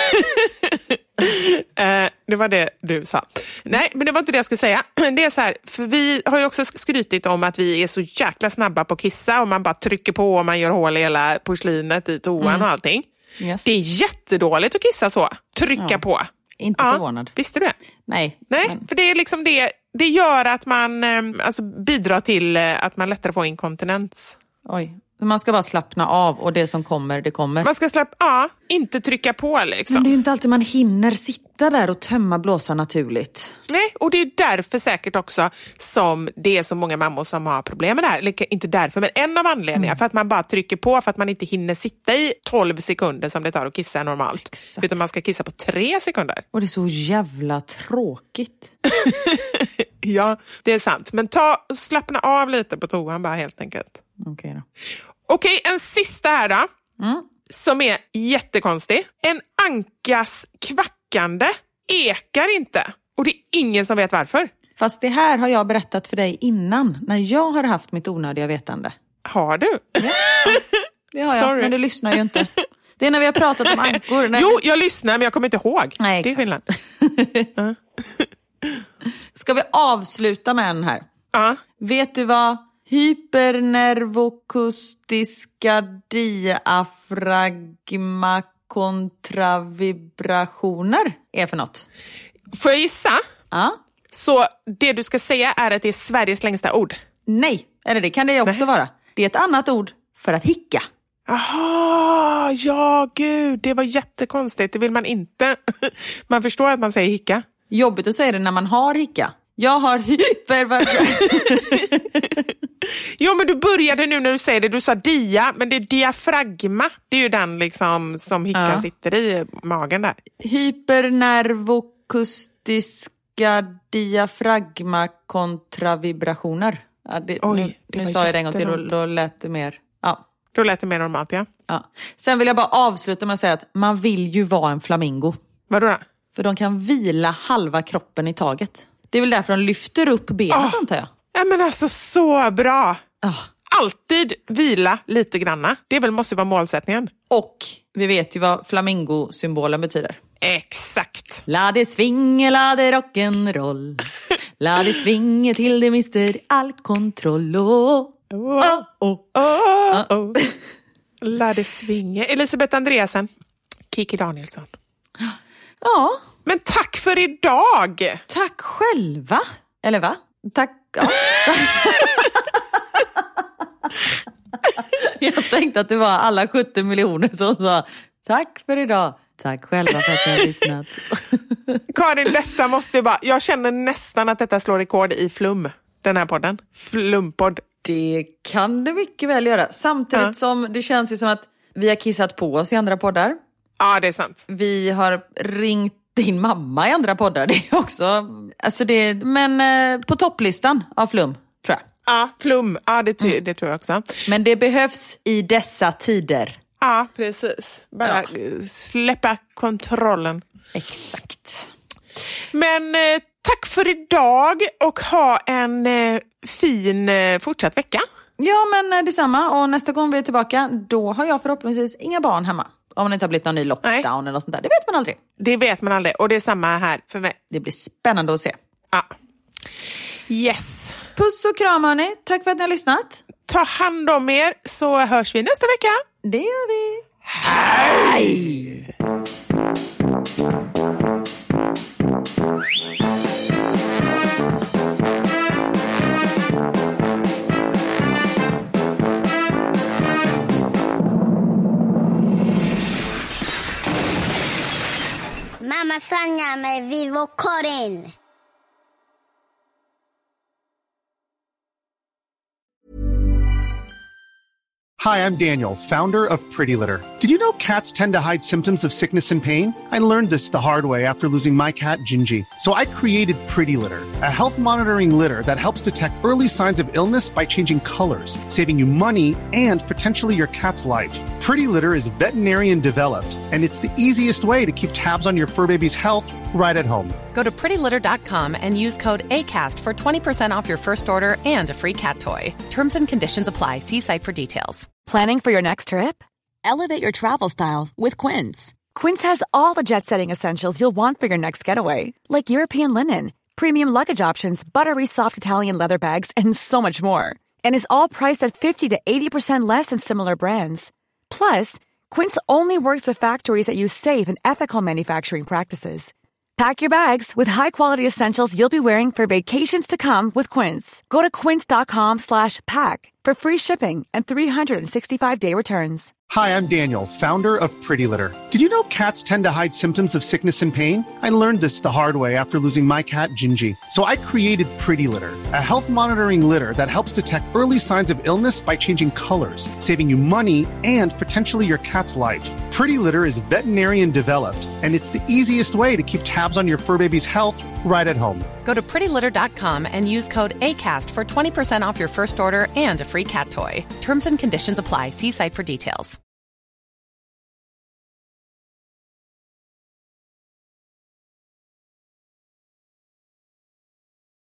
Det var det du sa. Nej, men det var inte det jag skulle säga. Det är så här, för vi har ju också skrytit om att vi är så jäkla snabba på att kissa och man bara trycker på och man gör hål i hela porslinet i toan och allting. Yes. Det är jättedåligt att kissa så. Trycka på. Inte förvånad. Visste du det? Nej. För det är liksom det gör att man alltså bidrar till att man lättare får inkontinens. Oj. Man ska bara slappna av och det som kommer, det kommer. Man ska inte trycka på liksom. Men det är ju inte alltid man hinner sitta där och tömma blåsan naturligt. Nej, och det är därför säkert också som det är så många mammor som har problem med det här. Eller inte därför, men en av anledningarna. För att man bara trycker på, för att man inte hinner sitta i 12 sekunder som det tar att kissa normalt. Exakt. Utan man ska kissa på 3 sekunder. Och det är så jävla tråkigt. Ja, det är sant. Men slappna av lite på toan bara helt enkelt. Okej då. Okej, en sista här då. Som är jättekonstig. En ankas kvackande ekar inte. Och det är ingen som vet varför. Fast det här har jag berättat för dig innan. När jag har haft mitt onödiga vetande. Har du? Ja, det har jag. Sorry. Men du lyssnar ju inte. Det är när vi har pratat om ankor. Jo, jag lyssnar men jag kommer inte ihåg. Nej, det är skillnad. Ska vi avsluta med en här? Vet du vad hypernervokustiska diafragmakontravibrationer är för något? Får jag gissa? Ja. Så det du ska säga är att det är Sveriges längsta ord? Nej, eller det kan det också vara. Det är ett annat ord för att hicka. Aha, ja gud, det var jättekonstigt. Det vill man inte. Man förstår att man säger hicka. Jobbigt att säga det när man har hicka. Jag har Jo, men du började nu när du säger det. Du sa dia, men det är diafragma. Det är ju den liksom som hickan sitter i magen där. Hypernervokustiska diafragmakontravibrationer. Ja, nu sa jag det en gång till, då lät det mer... Ja. Då lät det mer normalt, ja. Sen vill jag bara avsluta med att säga att man vill ju vara en flamingo. Vadå då? För de kan vila halva kroppen i taget. Det är väl därför de lyfter upp benet, antar jag. Ja, men alltså så bra. Alltid vila lite granna. Det måste vara målsättningen. Och vi vet ju vad flamingo-symbolen betyder. Exakt. La det svinge, la det rock'n'roll. La det svinge till det mister allt kontroll. La det svinge. Elisabeth Andreasen. Kiki Danielsson. Ja. Men tack för idag. Tack själva. Eller va? Tack. Ja. Jag tänkte att det var alla 70 miljoner som sa tack för idag. Tack själva för att ni har lyssnat. Karin, detta måste bara... Jag känner nästan att detta slår rekord i flum. Den här podden. Flumpodd. Det kan du mycket väl göra. Samtidigt som det känns ju som att vi har kissat på oss i andra poddar. Ja, det är sant. Vi har ringt din mamma i andra poddar. Det är också... Alltså men på topplistan av flum, tror jag. Ja, flum. Ja, det tror jag också. Men det behövs i dessa tider. Ja, precis. Bara släppa kontrollen. Exakt. Men tack för idag och ha en fin fortsatt vecka. Ja, men detsamma. Och nästa gång vi är tillbaka, då har jag förhoppningsvis inga barn hemma. Om det inte har blivit någon ny lockdown eller något sånt där. Det vet man aldrig. Det vet man aldrig. Och det är samma här för mig. Det blir spännande att se. Ja. Yes. Puss och kram, hörni. Tack för att ni har lyssnat. Ta hand om er så hörs vi nästa vecka. Det gör vi. Hej! Mamma Sanja med Vivo Karin. Hi, I'm Daniel, founder of Pretty Litter. Did you know cats tend to hide symptoms of sickness and pain? I learned this the hard way after losing my cat, Gingy. So I created Pretty Litter, a health monitoring litter that helps detect early signs of illness by changing colors, saving you money and potentially your cat's life. Pretty Litter is veterinarian developed, and it's the easiest way to keep tabs on your fur baby's health right at home. Go to prettylitter.com and use code ACAST for 20% off your first order and a free cat toy. Terms and conditions apply. See site for details. Planning for your next trip? Elevate your travel style with Quince. Quince has all the jet-setting essentials you'll want for your next getaway, like European linen, premium luggage options, buttery soft Italian leather bags, and so much more. And is all priced at 50 to 80% less than similar brands. Plus, Quince only works with factories that use safe and ethical manufacturing practices. Pack your bags with high-quality essentials you'll be wearing for vacations to come with Quince. Go to quince.com/pack for free shipping and 365-day returns. Hi, I'm Daniel, founder of Pretty Litter. Did you know cats tend to hide symptoms of sickness and pain? I learned this the hard way after losing my cat, Gingy. So I created Pretty Litter, a health monitoring litter that helps detect early signs of illness by changing colors, saving you money and potentially your cat's life. Pretty Litter is veterinarian developed, and it's the easiest way to keep tabs on your fur baby's health right at home. Go to prettylitter.com and use code ACAST for 20% off your first order and a free cat toy. Terms and conditions apply. See site for details.